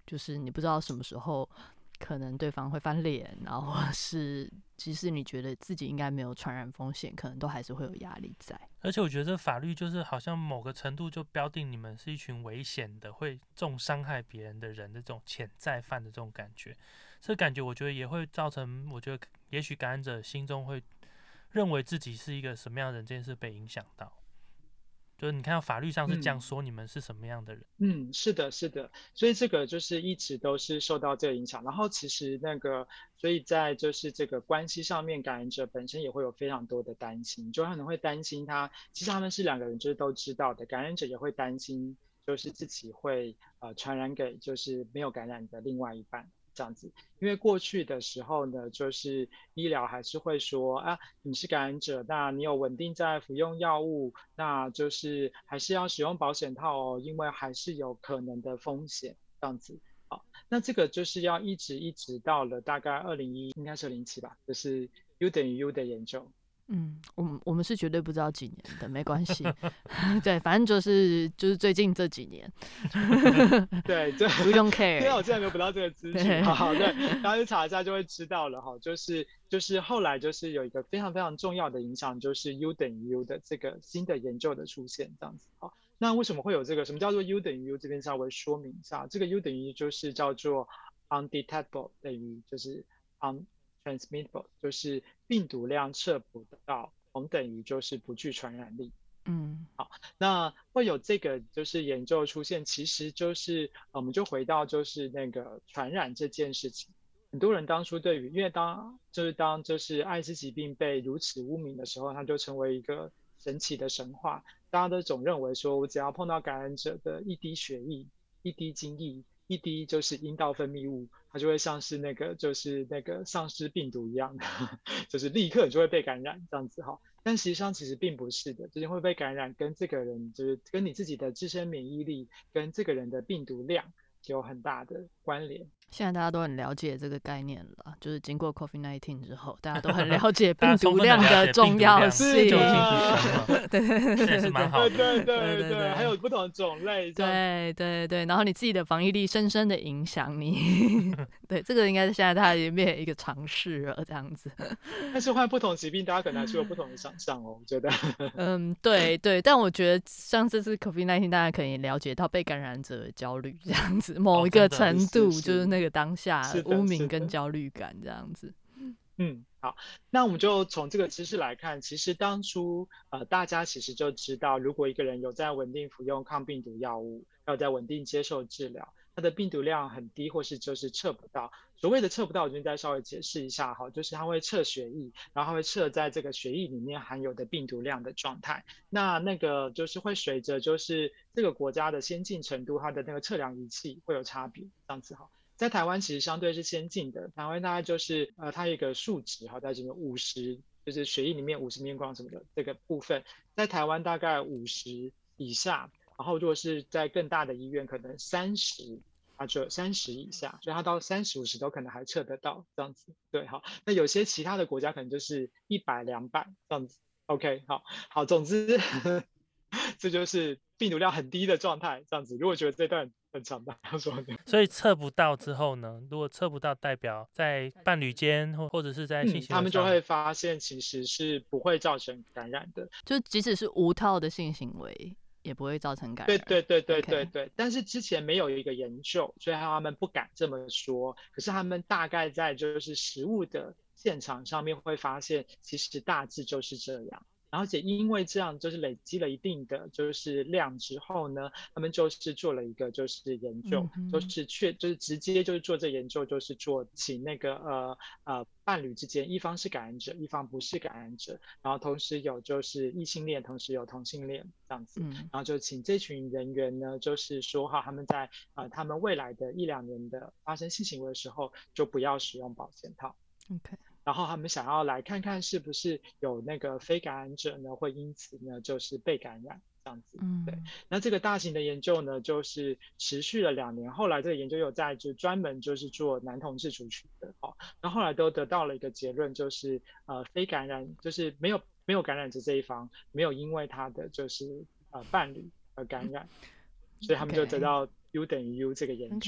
就是你不知道什么时候可能对方会翻脸，然后或是即使你觉得自己应该没有传染风险，可能都还是会有压力在。 而且我觉得法律就是好像某个程度就标定你们是一群危险的会重伤害别人的人的这种潜在犯的这种感觉，这感觉我觉得也会造成，我觉得也许感染者心中会认为自己是一个什么样的人，这件事被影响到。就是你看到法律上是这样说你们是什么样的人。 嗯，是的，是的，所以这个就是一直都是受到这个影响。然后其实那个，所以在就是这个关系上面，感染者本身也会有非常多的担心，就可能会担心他，其实他们是两个人就是都知道的，感染者也会担心，就是自己会呃传染给就是没有感染的另外一半。这样子，因为过去的时候呢，就是医疗还是会说啊，你是感染者，那你有稳定在服用药物，那就是还是要使用保险套哦，因为还是有可能的风险这样子。好，那这个就是要一直一直到了大概二零一，应该是零七吧，就是 U 等于 U 的研究。 嗯，我们我们是绝对不知道几年的，没关系。对，反正就是就是最近这几年。 对，这 We don't care。 因为我之前没有补到这个资讯，好，对，然后去查一下就会知道了哈。就是就是后来就是有一个非常非常重要的影响，就是 U 等于 U 的这个新的研究的出现，这样子。好，那为什么会有这个？什么叫做 U 等于 U？ 这边稍微说明一下，这个 U 等于 U 就是叫做 undetectable 等于就是 untransmittable， 就是病毒量测不到，同等于就是不具传染力。 嗯， 好，那会有这个就是研究出现，其实就是我们就回到就是那个传染这件事情。很多人当初对于，因为当就是当就是艾滋疾病被如此污名的时候，它就成为一个神奇的神话。大家都总认为说，我只要碰到感染者的一滴血液、一滴精液、一滴就是阴道分泌物，它就会像是那个就是那个丧尸病毒一样的，就是立刻就会被感染这样子哈。但实际上其实并不是的，就是会被感染跟这个人就是跟你自己的自身免疫力跟这个人的病毒量有很大的关联。 现在大家都很了解这个概念了，就是经过 COVID 十九 之后，大家都很了解病毒量的重要性。 对对对对，是蛮好的。 对对对对，还有不同的种类。 对对对，然后你自己的防疫力深深的影响你。对，这个应该是现在大家也变一个尝试了，这样子。 但是换不同疾病，大家可能还是有不同的想象哦，我觉得。 嗯，对对，但我觉得像这次 COVID 十九，大家可以了解到被感染者的焦虑这样子，某一个程度、哦、是是就是那个当下污名跟焦虑感这样子。 嗯，好，那我们就从这个知识来看，其实当初呃大家其实就知道，如果一个人有在稳定服用抗病毒药物，要在稳定接受治疗，他的病毒量很低，或是就是测不到。所谓的测不到，我这边再稍微解释一下哈，就是它会测血液，然后它会测在这个血液里面含有的病毒量的状态。那那个就是会随着就是这个国家的先进程度，它的那个测量仪器会有差别，这样子哈。在台湾其实相对是先进的，台湾大概就是呃它有一个数值哈，在这个五十，就是血液里面五十 milligram 什么的这个部分，在台湾大概五十以下，然后如果是在更大的医院可能三十啊，就三十以下，所以它到三十五十都可能还测得到这样子。对，好，那有些其他的国家可能就是一百两百这样子。OK， 好好，总之这就是病毒量很低的状态这样子。如果觉得这段很长吧，他说的。 所以测不到之后呢？如果测不到，代表在伴侣间或或者是在性行为上、 嗯，他们就会发现其实是不会造成感染的， 就即使是无套的性行为也不会造成感染。 对对对对对对。Okay. 但是之前没有一个研究，所以他们不敢这么说。可是他们大概在就是实物的现场上面会发现，其实大致就是这样。而且因为这样就是累积了一定的就是量之后呢，他们就是做了一个就是研究，嗯、就是确就是直接就是做这研究，就是做请那个呃呃伴侣之间一方是感染者，一方不是感染者，然后同时有就是异性恋，同时有同性恋这样子，嗯、然后就请这群人员呢，就是说哈他们在呃他们未来的一两年的发生性行为的时候，就不要使用保险套。 OK。 然后他们想要来看看是不是有那个非感染者呢会因此呢就是被感染这样子。 嗯， 对。那这个大型的研究呢就是持续了两年，后来这个研究有在就专门就是做男同志族群的，哦，然后后来都得到了一个结论，就是呃非感染就是没有没有感染者这一方没有因为他的就是呃伴侣而感染，所以他们就得到 U 等于 U 这个研究。 Okay.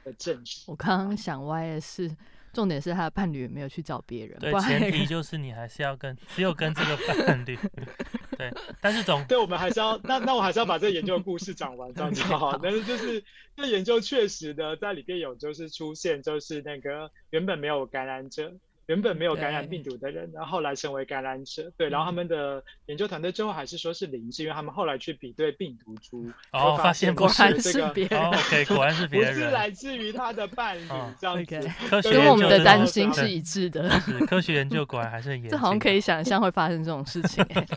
的证实。 我刚刚想歪的是，重点是他的伴侣没有去找别人。 对，前提就是你还是要跟只有跟这个伴侣。对，但是总对，我们还是要那那我还是要把这个研究故事讲完，这样就好。但是就是这研究确实的在里面有就是出现，就是那个原本没有感染者。原本没有感染病毒的人，然后后来成为感染者，对，然后他们的研究团队最后还是说是零，是因为他们后来去比对病毒株， 哦，发现果然是别人， 哦 ，OK， 果然是别人， 不是来自于他的伴侣，哦、这样子， okay, 科学跟我们的担心是一致的， 是科学研究果然还是很严谨， 这好像可以想象会发生这种事情、欸。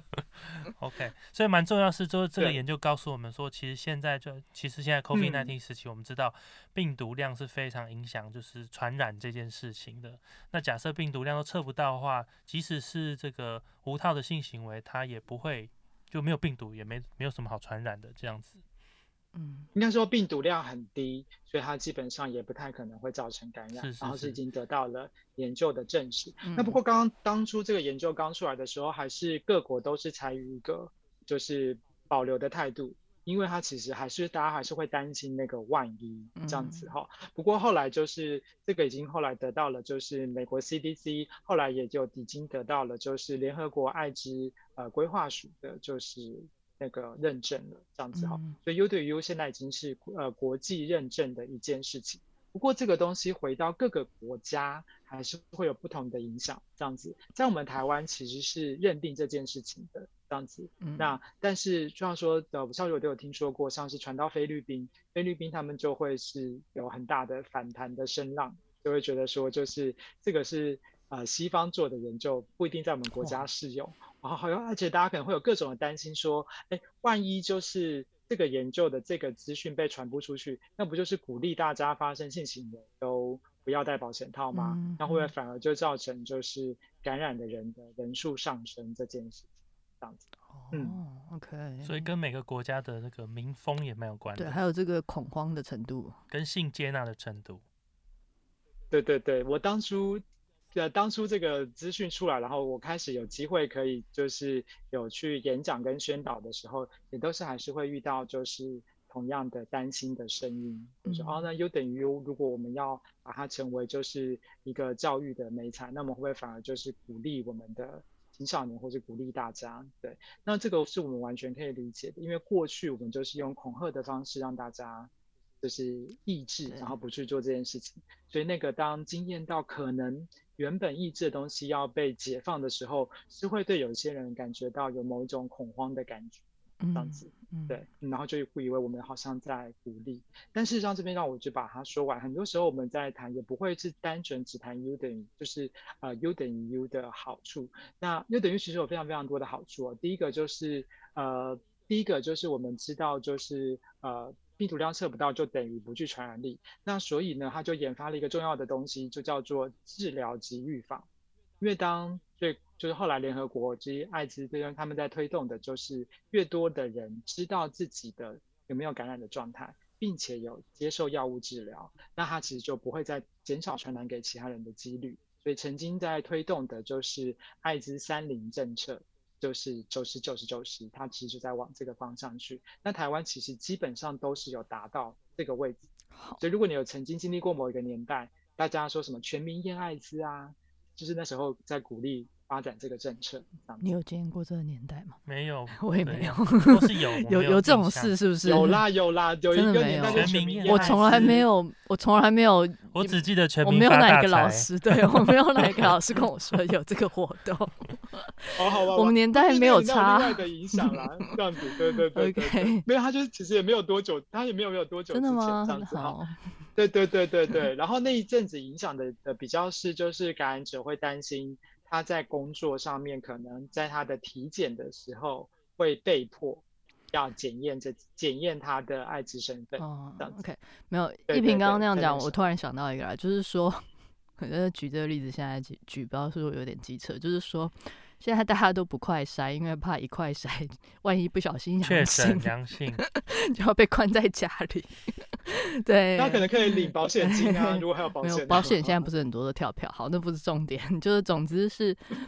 OK， 所以蛮重要是，就是这个研究告诉我们说，其实现在就其实现在 COVID 十九 时期，我们知道病毒量是非常影响就是传染这件事情的。那假设病毒量都测不到的话，即使是这个无套的性行为，它也不会就没有病毒，也没没有什么好传染的这样子。 嗯，应该说病毒量很低，所以它基本上也不太可能会造成感染， 是是是， 然后是已经得到了研究的证实。嗯、那不过刚刚当初这个研究刚出来的时候，还是各国都是采取一个就是保留的态度，因为它其实还是大家还是会担心那个万一这样子哈。嗯、不过后来就是这个已经后来得到了，就是美国 C D C 后来也就已经得到了就是联合国艾滋呃规划署的就是那个认证了这样子哈。嗯、所以 U 对 U 现在已经是呃国际认证的一件事情。不过这个东西回到各个国家还是会有不同的影响这样子。在我们台湾其实是认定这件事情的这样子。嗯、那但是就像说呃小九都有听说过，像是传到菲律宾，菲律宾他们就会是有很大的反弹的声浪，就会觉得说就是这个是呃西方做的研究不一定在我们国家适用。然后好像而且大家可能会有各种的担心说，哎，万一就是这个研究的这个资讯被传播出去，那不就是鼓励大家发生性行为都不要戴保险套吗？嗯、那会不会反而就造成就是感染的人的人数上升这件事情？这样子。 嗯、哦 ，OK。 所以跟每个国家的那个民风也蛮有关的。 对，还有这个恐慌的程度， 跟性接纳的程度。 对对对，我当初。呃，当初这个资讯出来，然后我开始有机会可以就是有去演讲跟宣导的时候，也都是还是会遇到就是同样的担心的声音，嗯、就是哦，那 U 等于 U， 如果我们要把它成为就是一个教育的媒材，那么会不会反而就是鼓励我们的青少年，或是鼓励大家？对，那这个是我们完全可以理解的，因为过去我们就是用恐吓的方式让大家就是抑制，然后不去做这件事情，所以那个当经验到可能原本抑制的东西要被解放的时候，是会对有些人感觉到有某一种恐慌的感觉，这样子，嗯、对，然后就会以为我们好像在鼓励，但事实上这边让我就把它说完。很多时候我们在谈，也不会是单纯只谈 U 等于就是呃 U 等于 U 的好处。那 U 等于其实有非常非常多的好处哦。第一个就是呃，第一个就是我们知道就是呃。病毒量测不到就等于不具传染力，那所以呢，他就研发了一个重要的东西，就叫做治疗及预防。因为当最就是后来联合国及艾滋病他们在推动的就是越多的人知道自己的有没有感染的状态，并且有接受药物治疗，那他其实就不会再减少传染给其他人的几率。所以曾经在推动的就是艾滋三零政策。就是九十九十九十，它其实就在往这个方向去。那台湾其实基本上都是有达到这个位置，所以如果你有曾经经历过某一个年代，大家说什么全民验艾滋啊，就是那时候在鼓励发展这个政策。 你有经历过这个年代吗？ 没有， 我也没有。 都是有有有这种事是不是？ 有啦有啦，有一个年代全民验艾滋， 我从来没有，我从来没有， 我只记得全民发大财。我没有哪一个老师，对我没有哪一个老师跟我说有这个活动。 哦，好吧， 我们年代没有差， 另外的影响啦，这样子，对对对对 ，OK， 没有，他就是其实也没有多久，他也没有没有多久之前， 真的吗？ 这样子哈，对对对对对，然后那一阵子影响的的比较是，就是感染者会担心他在工作上面可能在他的体检的时候会被迫要检验这检验他的艾滋身份。 哦 ，OK， 没有，一平刚刚那样讲，我突然想到一个啦，就是说，可能举这个例子，现在举举不知道是不是有点机车，就是说。现在大家都不快筛，因为怕一快筛，万一不小心确诊阳性， 就要被关在家里。对， 他可能可以领保险金啊，如果还有保险。 没有保险，现在不是很多都跳票。好，那不是重点，就是总之是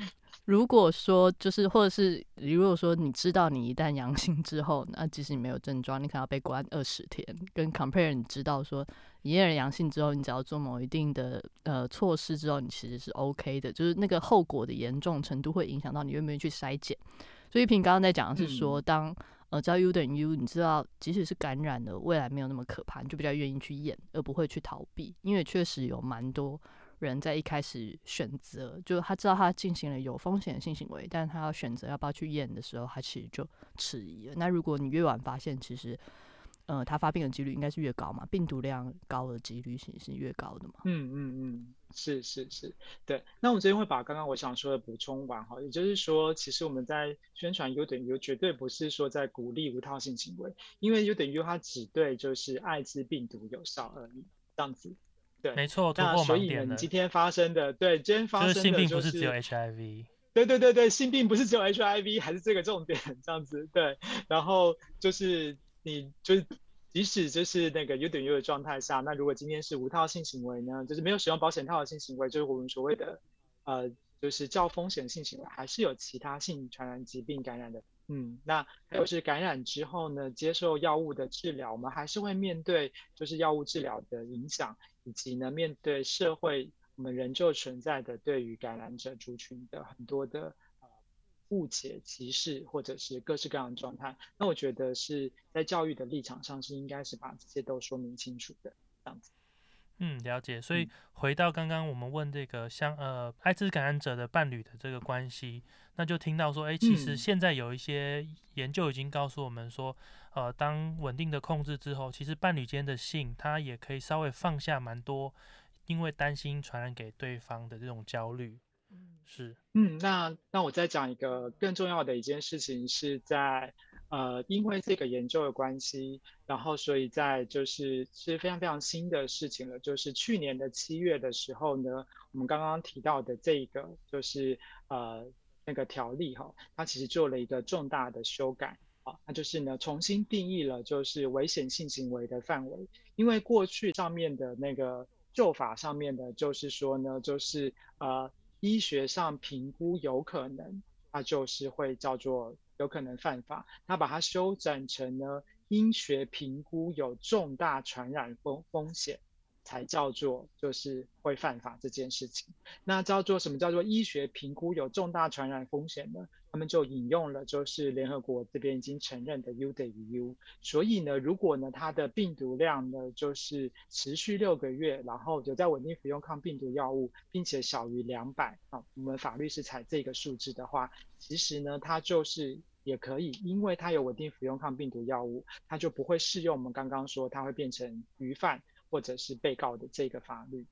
如果说就是或者是如果说你知道你一旦阳性之后，那即使你没有症状，你可能要被关二十天，跟 compare 你知道说一夜人阳性之后，你只要做某一定的呃措施之后，你其实是 OK 的，就是那个后果的严重程度会影响到你愿不愿意去筛检。所以平刚刚在讲的是说， 嗯、 当呃只要 U 等于 U， 你知道即使是感染了，未来没有那么可怕，你就比较愿意去验，而不会去逃避，因为确实有蛮多人在一开始选择，就他知道他进行了有风险的性行为，但他要选择要不要去验的时候，他其实就迟疑了。那如果你越晚发现，其实呃他发病的几率应该是越高嘛，病毒量高的几率其实是越高的嘛。 嗯嗯嗯，是是是，对。那我这边会把刚刚我想说的补充完哈，也就是说，其实我们在宣传 U 等于 U， 绝对不是说在鼓励无套性行为，因为 U 等于 U 它只对就是艾滋病毒有效而已，这样子。对， 没错，突那破所以呢，你盲点了。 今天发生的，对，今天发生的就是性病就不是只有 H I V。 对对对对，性病不是只有 H I V， 还是这个重点，这样子。对，然后就是你就是即使就是那个 U 等于 U 的状态下，那如果今天是无套性行为呢，就是没有使用保险套的性行为，就是我们所谓的呃就是较风险性行为，还是有其他性传染疾病感染的。嗯，那还有是感染之后呢，接受药物的治疗，我们还是会面对就是药物治疗的影响，以及呢面对社会我们仍旧存在的对于感染者族群的很多的呃误解、歧视，或者是各式各样的状态。那我觉得是在教育的立场上是应该是把这些都说明清楚的，这样子。 嗯，了解。所以回到刚刚我们问这个相呃艾滋感染者的伴侣的这个关系，那就听到说，哎，其实现在有一些研究已经告诉我们说，呃，当稳定的控制之后，其实伴侣间的性，它也可以稍微放下蛮多，因为担心传染给对方的这种焦虑。是。 嗯，那那我再讲一个更重要的一件事情，是在呃，因为这个研究的关系，然后所以在就是是非常非常新的事情了，就是去年的七月的时候呢，我们刚刚提到的这个就是呃那个条例哈，它其实做了一个重大的修改啊，那就是呢重新定义了就是危险性行为的范围，因为过去上面的那个旧法上面的就是说呢，就是呃。医学上评估有可能，它就是会叫做有可能犯法。它把它修整成呢，医学评估有重大传染风风险，才叫做就是会犯法这件事情。那叫做什么叫做医学评估有重大传染风险呢？他们就引用了就是联合国这边已经承认的 U 等于 U， 所以呢，如果呢它的病毒量呢就是持续六个月，然后有在稳定服用抗病毒药物，并且小于两百啊，我们法律是采这个数字的话，其实呢它就是也可以，因为它有稳定服用抗病毒药物，它就不会适用我们刚刚说它会变成虞犯或者是被告的这个法律。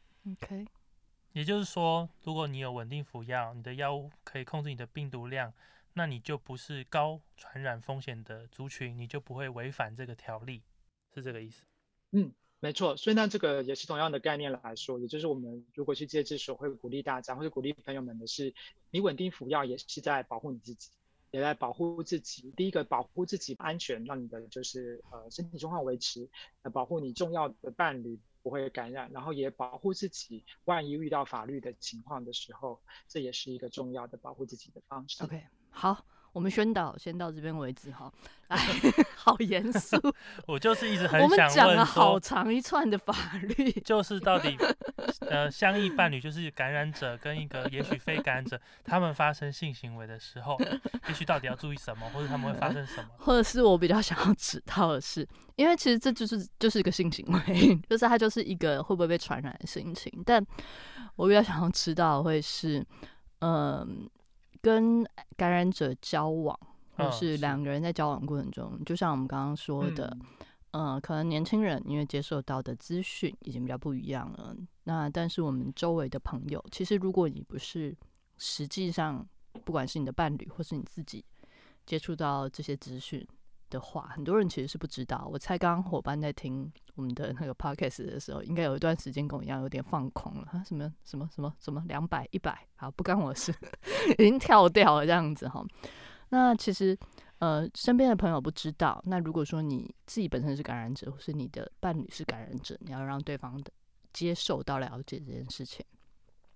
OK。 也就是说，如果你有稳定服药，你的药物可以控制你的病毒量，那你就不是高传染风险的族群，你就不会违反这个条例，是这个意思？ 嗯，没错。所以那这个也是同样的概念来说，也就是我们如果去戒治所会鼓励大家或者鼓励朋友们的是，你稳定服药也是在保护你自己，也在保护自己。第一个保护自己安全，让你的就是呃身体状况维持，呃保护你重要的伴侣不会感染，然后也保护自己，万一遇到法律的情况的时候，这也是一个重要的保护自己的方式。 OK， 好，我们宣导先到这边为止哈。来，好严肃， 我就是一直很想问， 我们讲了好长一串的法律， 就是到底呃相异伴侣就是感染者跟一个也许非感染者，他们发生性行为的时候，也许到底要注意什么，或者他们会发生什么？ 或者是我比较想要知道的是，因为其实这就是就是一个性行为，就是它就是一个会不会被传染的心情，但我比较想要知道的会是，嗯，跟感染者交往，或是两个人在交往过程中，嗯、就像我们刚刚说的。嗯呃，可能年轻人因为接受到的资讯已经比较不一样了，那但是我们周围的朋友，其实如果你不是实际上，不管是你的伴侣或是你自己接触到这些资讯的话，很多人其实是不知道。我猜刚刚伙伴在听我们的那个 podcast 的时候，应该有一段时间跟我一样有点放空了，啊，什么什么什么什么两百一百，好，不干我的事，已经跳掉了这样子哈。那其实。呃，身边的朋友不知道。那如果说你自己本身是感染者，或是你的伴侣是感染者，你要让对方的接受到了解这件事情。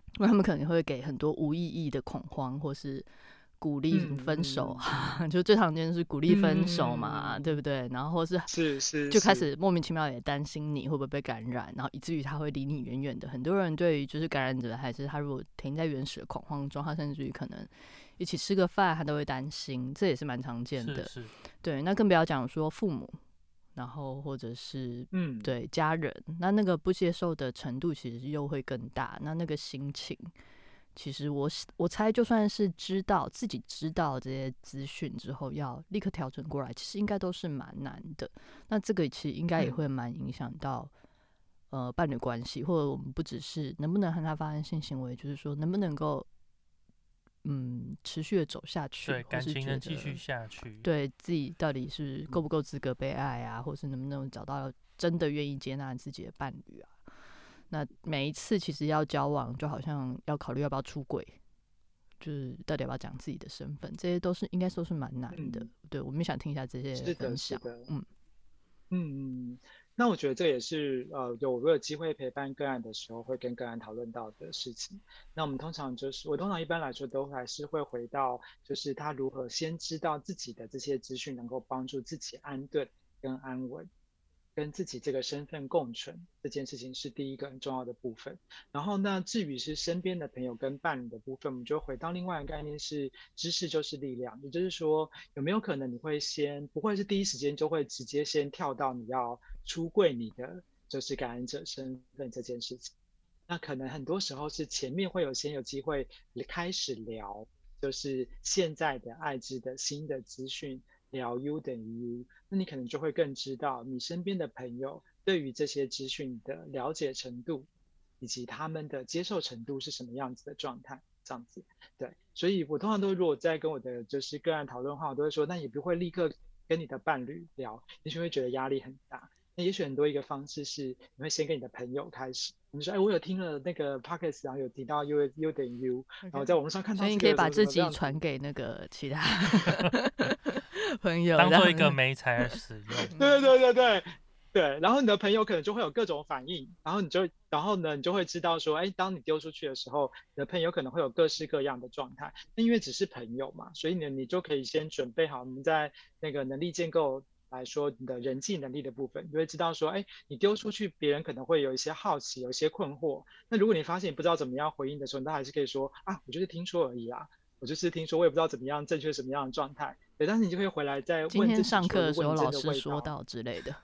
因为他们可能会给很多无意义的恐慌，或是鼓励分手，嗯、就最常见是鼓励分手嘛，嗯、对不对？然后或是是是就开始莫名其妙也担心你会不会被感染，然后以至于他会离你远远的。很多人对于就是感染者，还是他如果停在原始的恐慌中，他甚至于可能一起吃个饭，他都会担心，这也是蛮常见的。 是是对，那更不要讲说父母，然后或者是嗯对家人，那那个不接受的程度其实又会更大，那那个心情。其实我我猜，就算是知道自己知道这些资讯之后，要立刻调整过来，其实应该都是蛮难的。那这个其实应该也会蛮影响到、嗯、呃伴侣关系，或者我们不只是能不能和他发生性行为，就是说能不能够嗯持续的走下去， 对感情能继续下去， 对自己到底是够不够资格被爱啊，或是能不能找到真的愿意接纳自己的伴侣啊。那每一次其实要交往，就好像要考虑要不要出轨，就是到底要不要讲自己的身份，这些都是应该都是蛮难的。嗯、对，我们想听一下这些分享。 是的，是的， 嗯嗯，那我觉得这也是呃有有机会陪伴个案的时候，会跟个案讨论到的事情。那我们通常就是我通常一般来说都还是会回到，就是他如何先知道自己的这些资讯，能够帮助自己安顿跟安稳。跟自己这个身份共存这件事情是第一个很重要的部分。然后呢，至于是身边的朋友跟伴侣的部分，我们就回到另外一个概念是知识就是力量，也就是说有没有可能你会先不会是第一时间就会直接先跳到你要出柜你的就是感染者身份这件事情。那可能很多时候是前面会有先有机会开始聊，就是现在的艾滋的新的资讯。聊 U 等于 U， 那你可能就会更知道你身边的朋友对于这些资讯的了解程度，以及他们的接受程度是什么样子的状态，这样子。对，所以我通常都如果在跟我的就是个案讨论的话，我都会说，那也不会立刻跟你的伴侣聊，也许会觉得压力很大。那也许很多一个方式是，你会先跟你的朋友开始，你说，哎，我有听了那个 podcast， 然后有提到 U U 等于 U， 然后在网络上看到、這個， 所以你可以把自己传给那个其他朋友， 当做一个媒材来使用。 对对对对对，然后你的朋友可能就会有各种反应，然后你就，然后呢，你就会知道说，哎，当你丢出去的时候，你的朋友可能会有各式各样的状态。那因为只是朋友嘛，所以呢，你就可以先准备好，我们在那个能力建构来说，你的人际能力的部分，你就会知道说，哎，你丢出去，别人可能会有一些好奇，有一些困惑。那如果你发现你不知道怎么样回应的时候，你都还是可以说，啊，我就是听说而已啊，我就是听说，我也不知道怎么样正确什么样的状态。对，但是你就会回来再问自己说， 今天上课的时候老师说到之类的，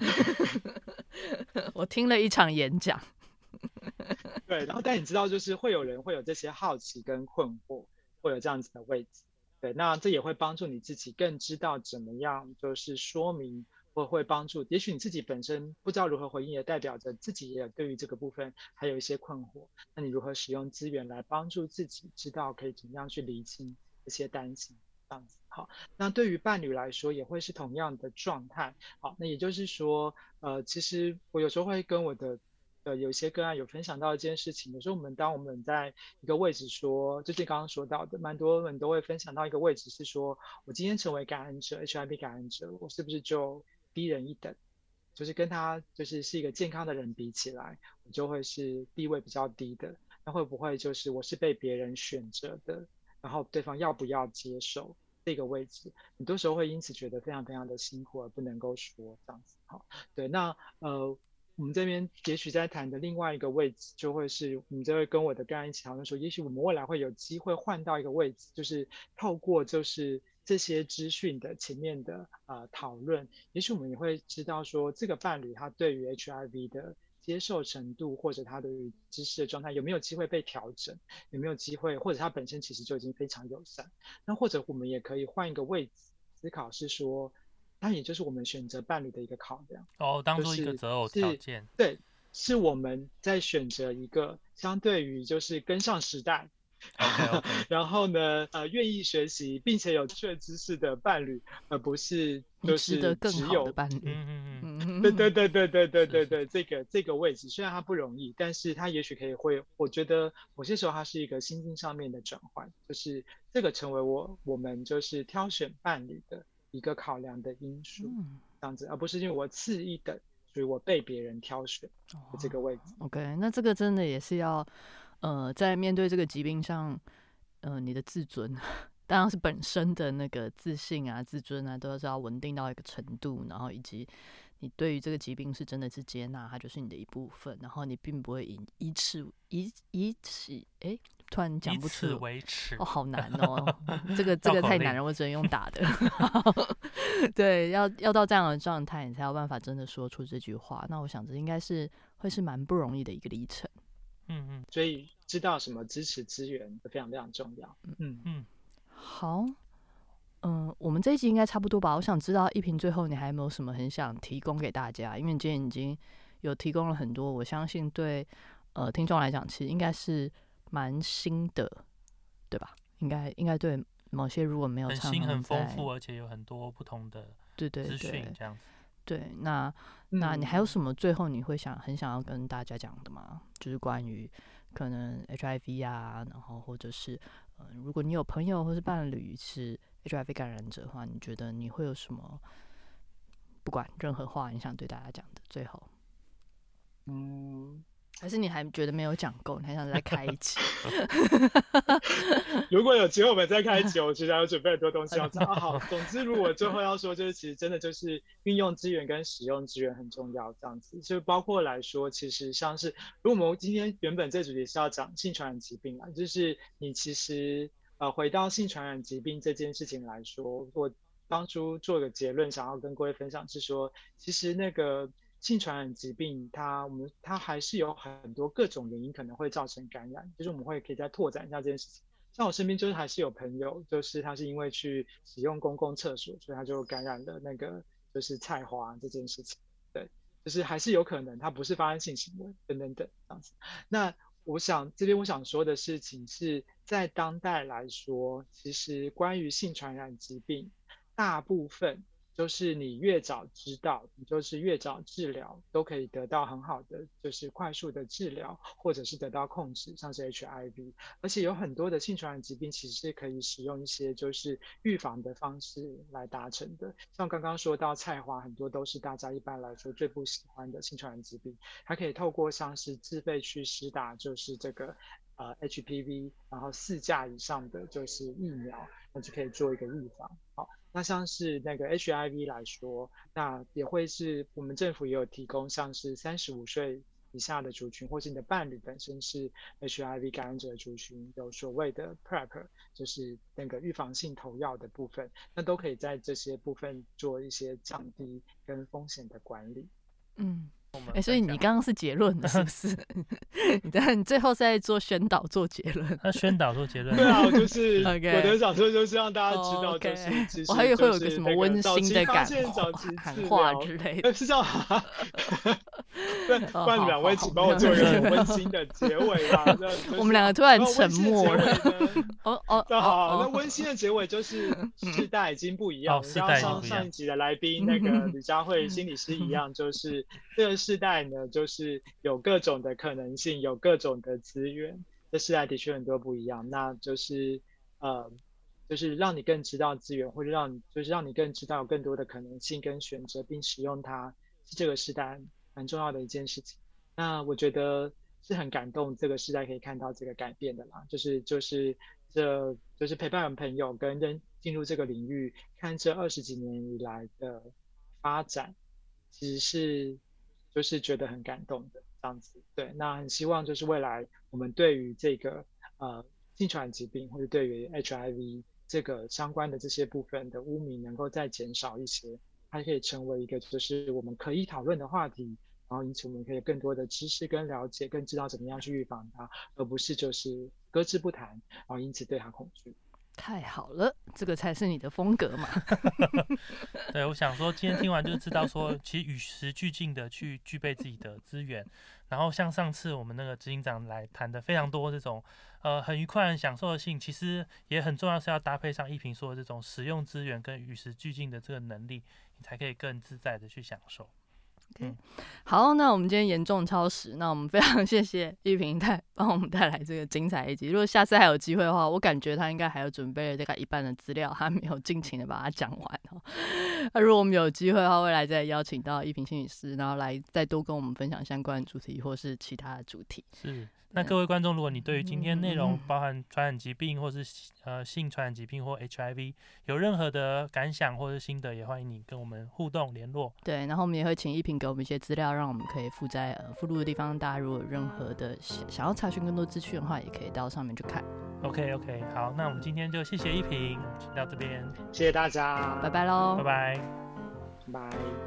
我听了一场演讲。 对，然后但你知道，就是会有人会有这些好奇跟困惑，会有这样子的位置。对，那这也会帮助你自己更知道怎么样，就是说明或会帮助。也许你自己本身不知道如何回应，也代表着自己也对于这个部分还有一些困惑。那你如何使用资源来帮助自己，知道可以怎么样去厘清这些担心？这样子。好，那对于伴侣来说也会是同样的状态。好，那也就是说，呃，其实我有时候会跟我的呃有一些个案有分享到一件事情，有时候我们当我们在一个位置说，就是刚刚说到的，蛮多人都会分享到一个位置是说，我今天成为感染者 H I V 感染者，我是不是就低人一等？就是跟他就是是一个健康的人比起来，我就会是地位比较低的。那会不会就是我是被别人选择的？然后对方要不要接受这个位置，很多时候会因此觉得非常非常的辛苦而不能够说这样子。好，对，那呃我们这边也许在谈的另外一个位置，就会是我们就会跟我的个案一起讨论说，也许我们未来会有机会换到一个位置，就是透过就是这些资讯的前面的呃讨论，也许我们也会知道说，这个伴侣他对于 H I V 的接受程度，或者他对于知识的状态有没有机会被调整，有没有机会，或者他本身其实就已经非常友善。那或者我们也可以换一个位置思考，是说，那也就是我们选择伴侣的一个考量。 哦，当做一个择偶条件。 就是、对，是我们在选择一个相对于就是跟上时代。 Okay, okay. 然后呢，呃，愿意学习并且有确知识的伴侣，而不是就是只有伴侣。 嗯嗯嗯，对对对对对对对对，这个这个位置虽然它不容易，但是它也许可以会，我觉得某些时候它是一个心境上面的转换，就是这个成为我我们就是挑选伴侣的一个考量的因素， 嗯、 这样子，而不是因为我次一等，所以我被别人挑选的这个位置。 哦、OK， 那这个真的也是要。 呃，在面对这个疾病上，呃，你的自尊，当然是本身的那个自信啊、自尊啊，都是要稳定到一个程度，然后以及你对于这个疾病是真的是接纳，它就是你的一部分，然后你并不会以以此以以此哎，突然讲不出， 以此为耻哦，好难哦，这个这个太难了，我只能用打的。对，要要到这样的状态，你才有办法真的说出这句话。那我想这应该是会是蛮不容易的一个历程。 嗯嗯， 所以知道什么支持资源非常非常重要。嗯嗯， 好，嗯，我们这一集应该差不多吧。我想知道一平最后你还有没有什么很想提供给大家？因为你今天已经有提供了很多，我相信对呃听众来讲，其实应该是蛮新的，对吧？应该应该对某些如果没有很新很丰富，而且有很多不同的资讯这样子。 对，对，那那你还有什么最后你会想很想要跟大家讲的吗？就是关于可能 H I V 啊，然后或者是呃，如果你有朋友或是伴侣是 H I V 感染者的话，你觉得你会有什么？不管任何话，你想对大家讲的，最后，嗯。还是你还觉得没有讲够，你还想再开一集？ 如果有机会我们再开一集，我其实还有准备很多东西要讲。啊、好，总之如果最后要说，就是其实真的就是运用资源跟使用资源很重要，这样子就包括来说，其实像是如果我们今天原本这主题是要讲性传染疾病啊，就是你其实呃回到性传染疾病这件事情来说，我当初做个结论，想要跟各位分享是说，其实那个。性传染疾病它我们它还是有很多各种原因可能会造成感染，就是我们会可以再拓展一下这件事情。像我身边就是还是有朋友，就是他是因为去使用公共厕所，所以他就感染了那个就是菜花这件事情。对，就是还是有可能他不是发生性行为等等等这样子。那我想这边我想说的事情是在当代来说，其实关于性传染疾病，大部分就是你越早知道，你就是越早治疗，都可以得到很好的，就是快速的治疗，或者是得到控制，像是 H I V。而且有很多的性传染疾病其实是可以使用一些就是预防的方式来达成的。像刚刚说到菜花，很多都是大家一般来说最不喜欢的性传染疾病，它可以透过像是自费去施打，就是这个呃 H P V， 然后四价以上的就是疫苗，那就可以做一个预防。好。那像是那个 H I V 来说，那也会是我们政府也有提供，像是三十五岁以下的族群，或是你的伴侣本身是 H I V 感染者的族群，有所谓的 PrEP， 就是那个预防性投药的部分，那都可以在这些部分做一些降低跟风险的管理。 嗯。哎、欸，所以你刚刚是结论的，是不是？你在你最后是在做宣导、做结论。 他宣导做结论。 对啊，就是我的想说，就是让大家知道，就是、 okay. 其实我还以为会有个什么温馨的感喊话之类的， 是这样吗？对，不然你们两位请帮我做一个温馨的结尾吧。 我们两个突然沉默了。 哦哦，那好，那温馨的结尾就是世代已经不一样。 哦， 刚刚上上一集的来宾那个吕佳慧心理师一样，就是这个世代呢，就是有各种的可能性，有各种的资源。这世代的确很多不一样，那就是呃，就是让你更知道资源，或者让你就是让你更知道有更多的可能性跟选择，并使用它，是这个时代蛮重要的一件事情。那我觉得是很感动，这个时代可以看到这个改变的啦，就是就是这就是陪伴朋友跟人进入这个领域，看这二十几年以来的发展，其实是就是觉得很感动的。这样子，对，那很希望就是未来我们对于这个呃性传染疾病或者对于 H I V 这个相关的这些部分的污名能够再减少一些，它可以成为一个就是我们可以讨论的话题，然后因此我们可以更多的知识跟了解，更知道怎么样去预防它，而不是就是搁置不谈，然后因此对它恐惧。 太好了，这个才是你的风格嘛。 对，我想说今天听完就知道说，其实与时俱进的去具备自己的资源，然后像上次我们那个执行长来谈的非常多这种呃很愉快很享受的性，其实也很重要是要搭配上一平说的这种使用资源跟与时俱进的这个能力，你才可以更自在的去享受。 OK，、嗯、好，那我们今天严重超时，那我们非常谢谢一平带帮我们带来这个精彩一集。如果下次还有机会的话，我感觉他应该还有准备了大概一半的资料，他没有尽情的把它讲完哦。那如果我们有机会的话，未来再邀请到一平心理师，然后来再多跟我们分享相关的主题或是其他的主题。 是。那各位观众，如果你对于今天内容包含传染疾病或是呃性传染疾病或 H I V 有任何的感想或是心得，也欢迎你跟我们互动联络。 对，然后我们也会请一平给我们一些资料，让我们可以附在呃附录的地方。大家如果有任何的想要查询更多资讯的话，也可以到上面去看。 OK OK， 好，那我们今天就谢谢一平，请到这边， 谢谢大家， 拜拜喽， 拜拜， 拜。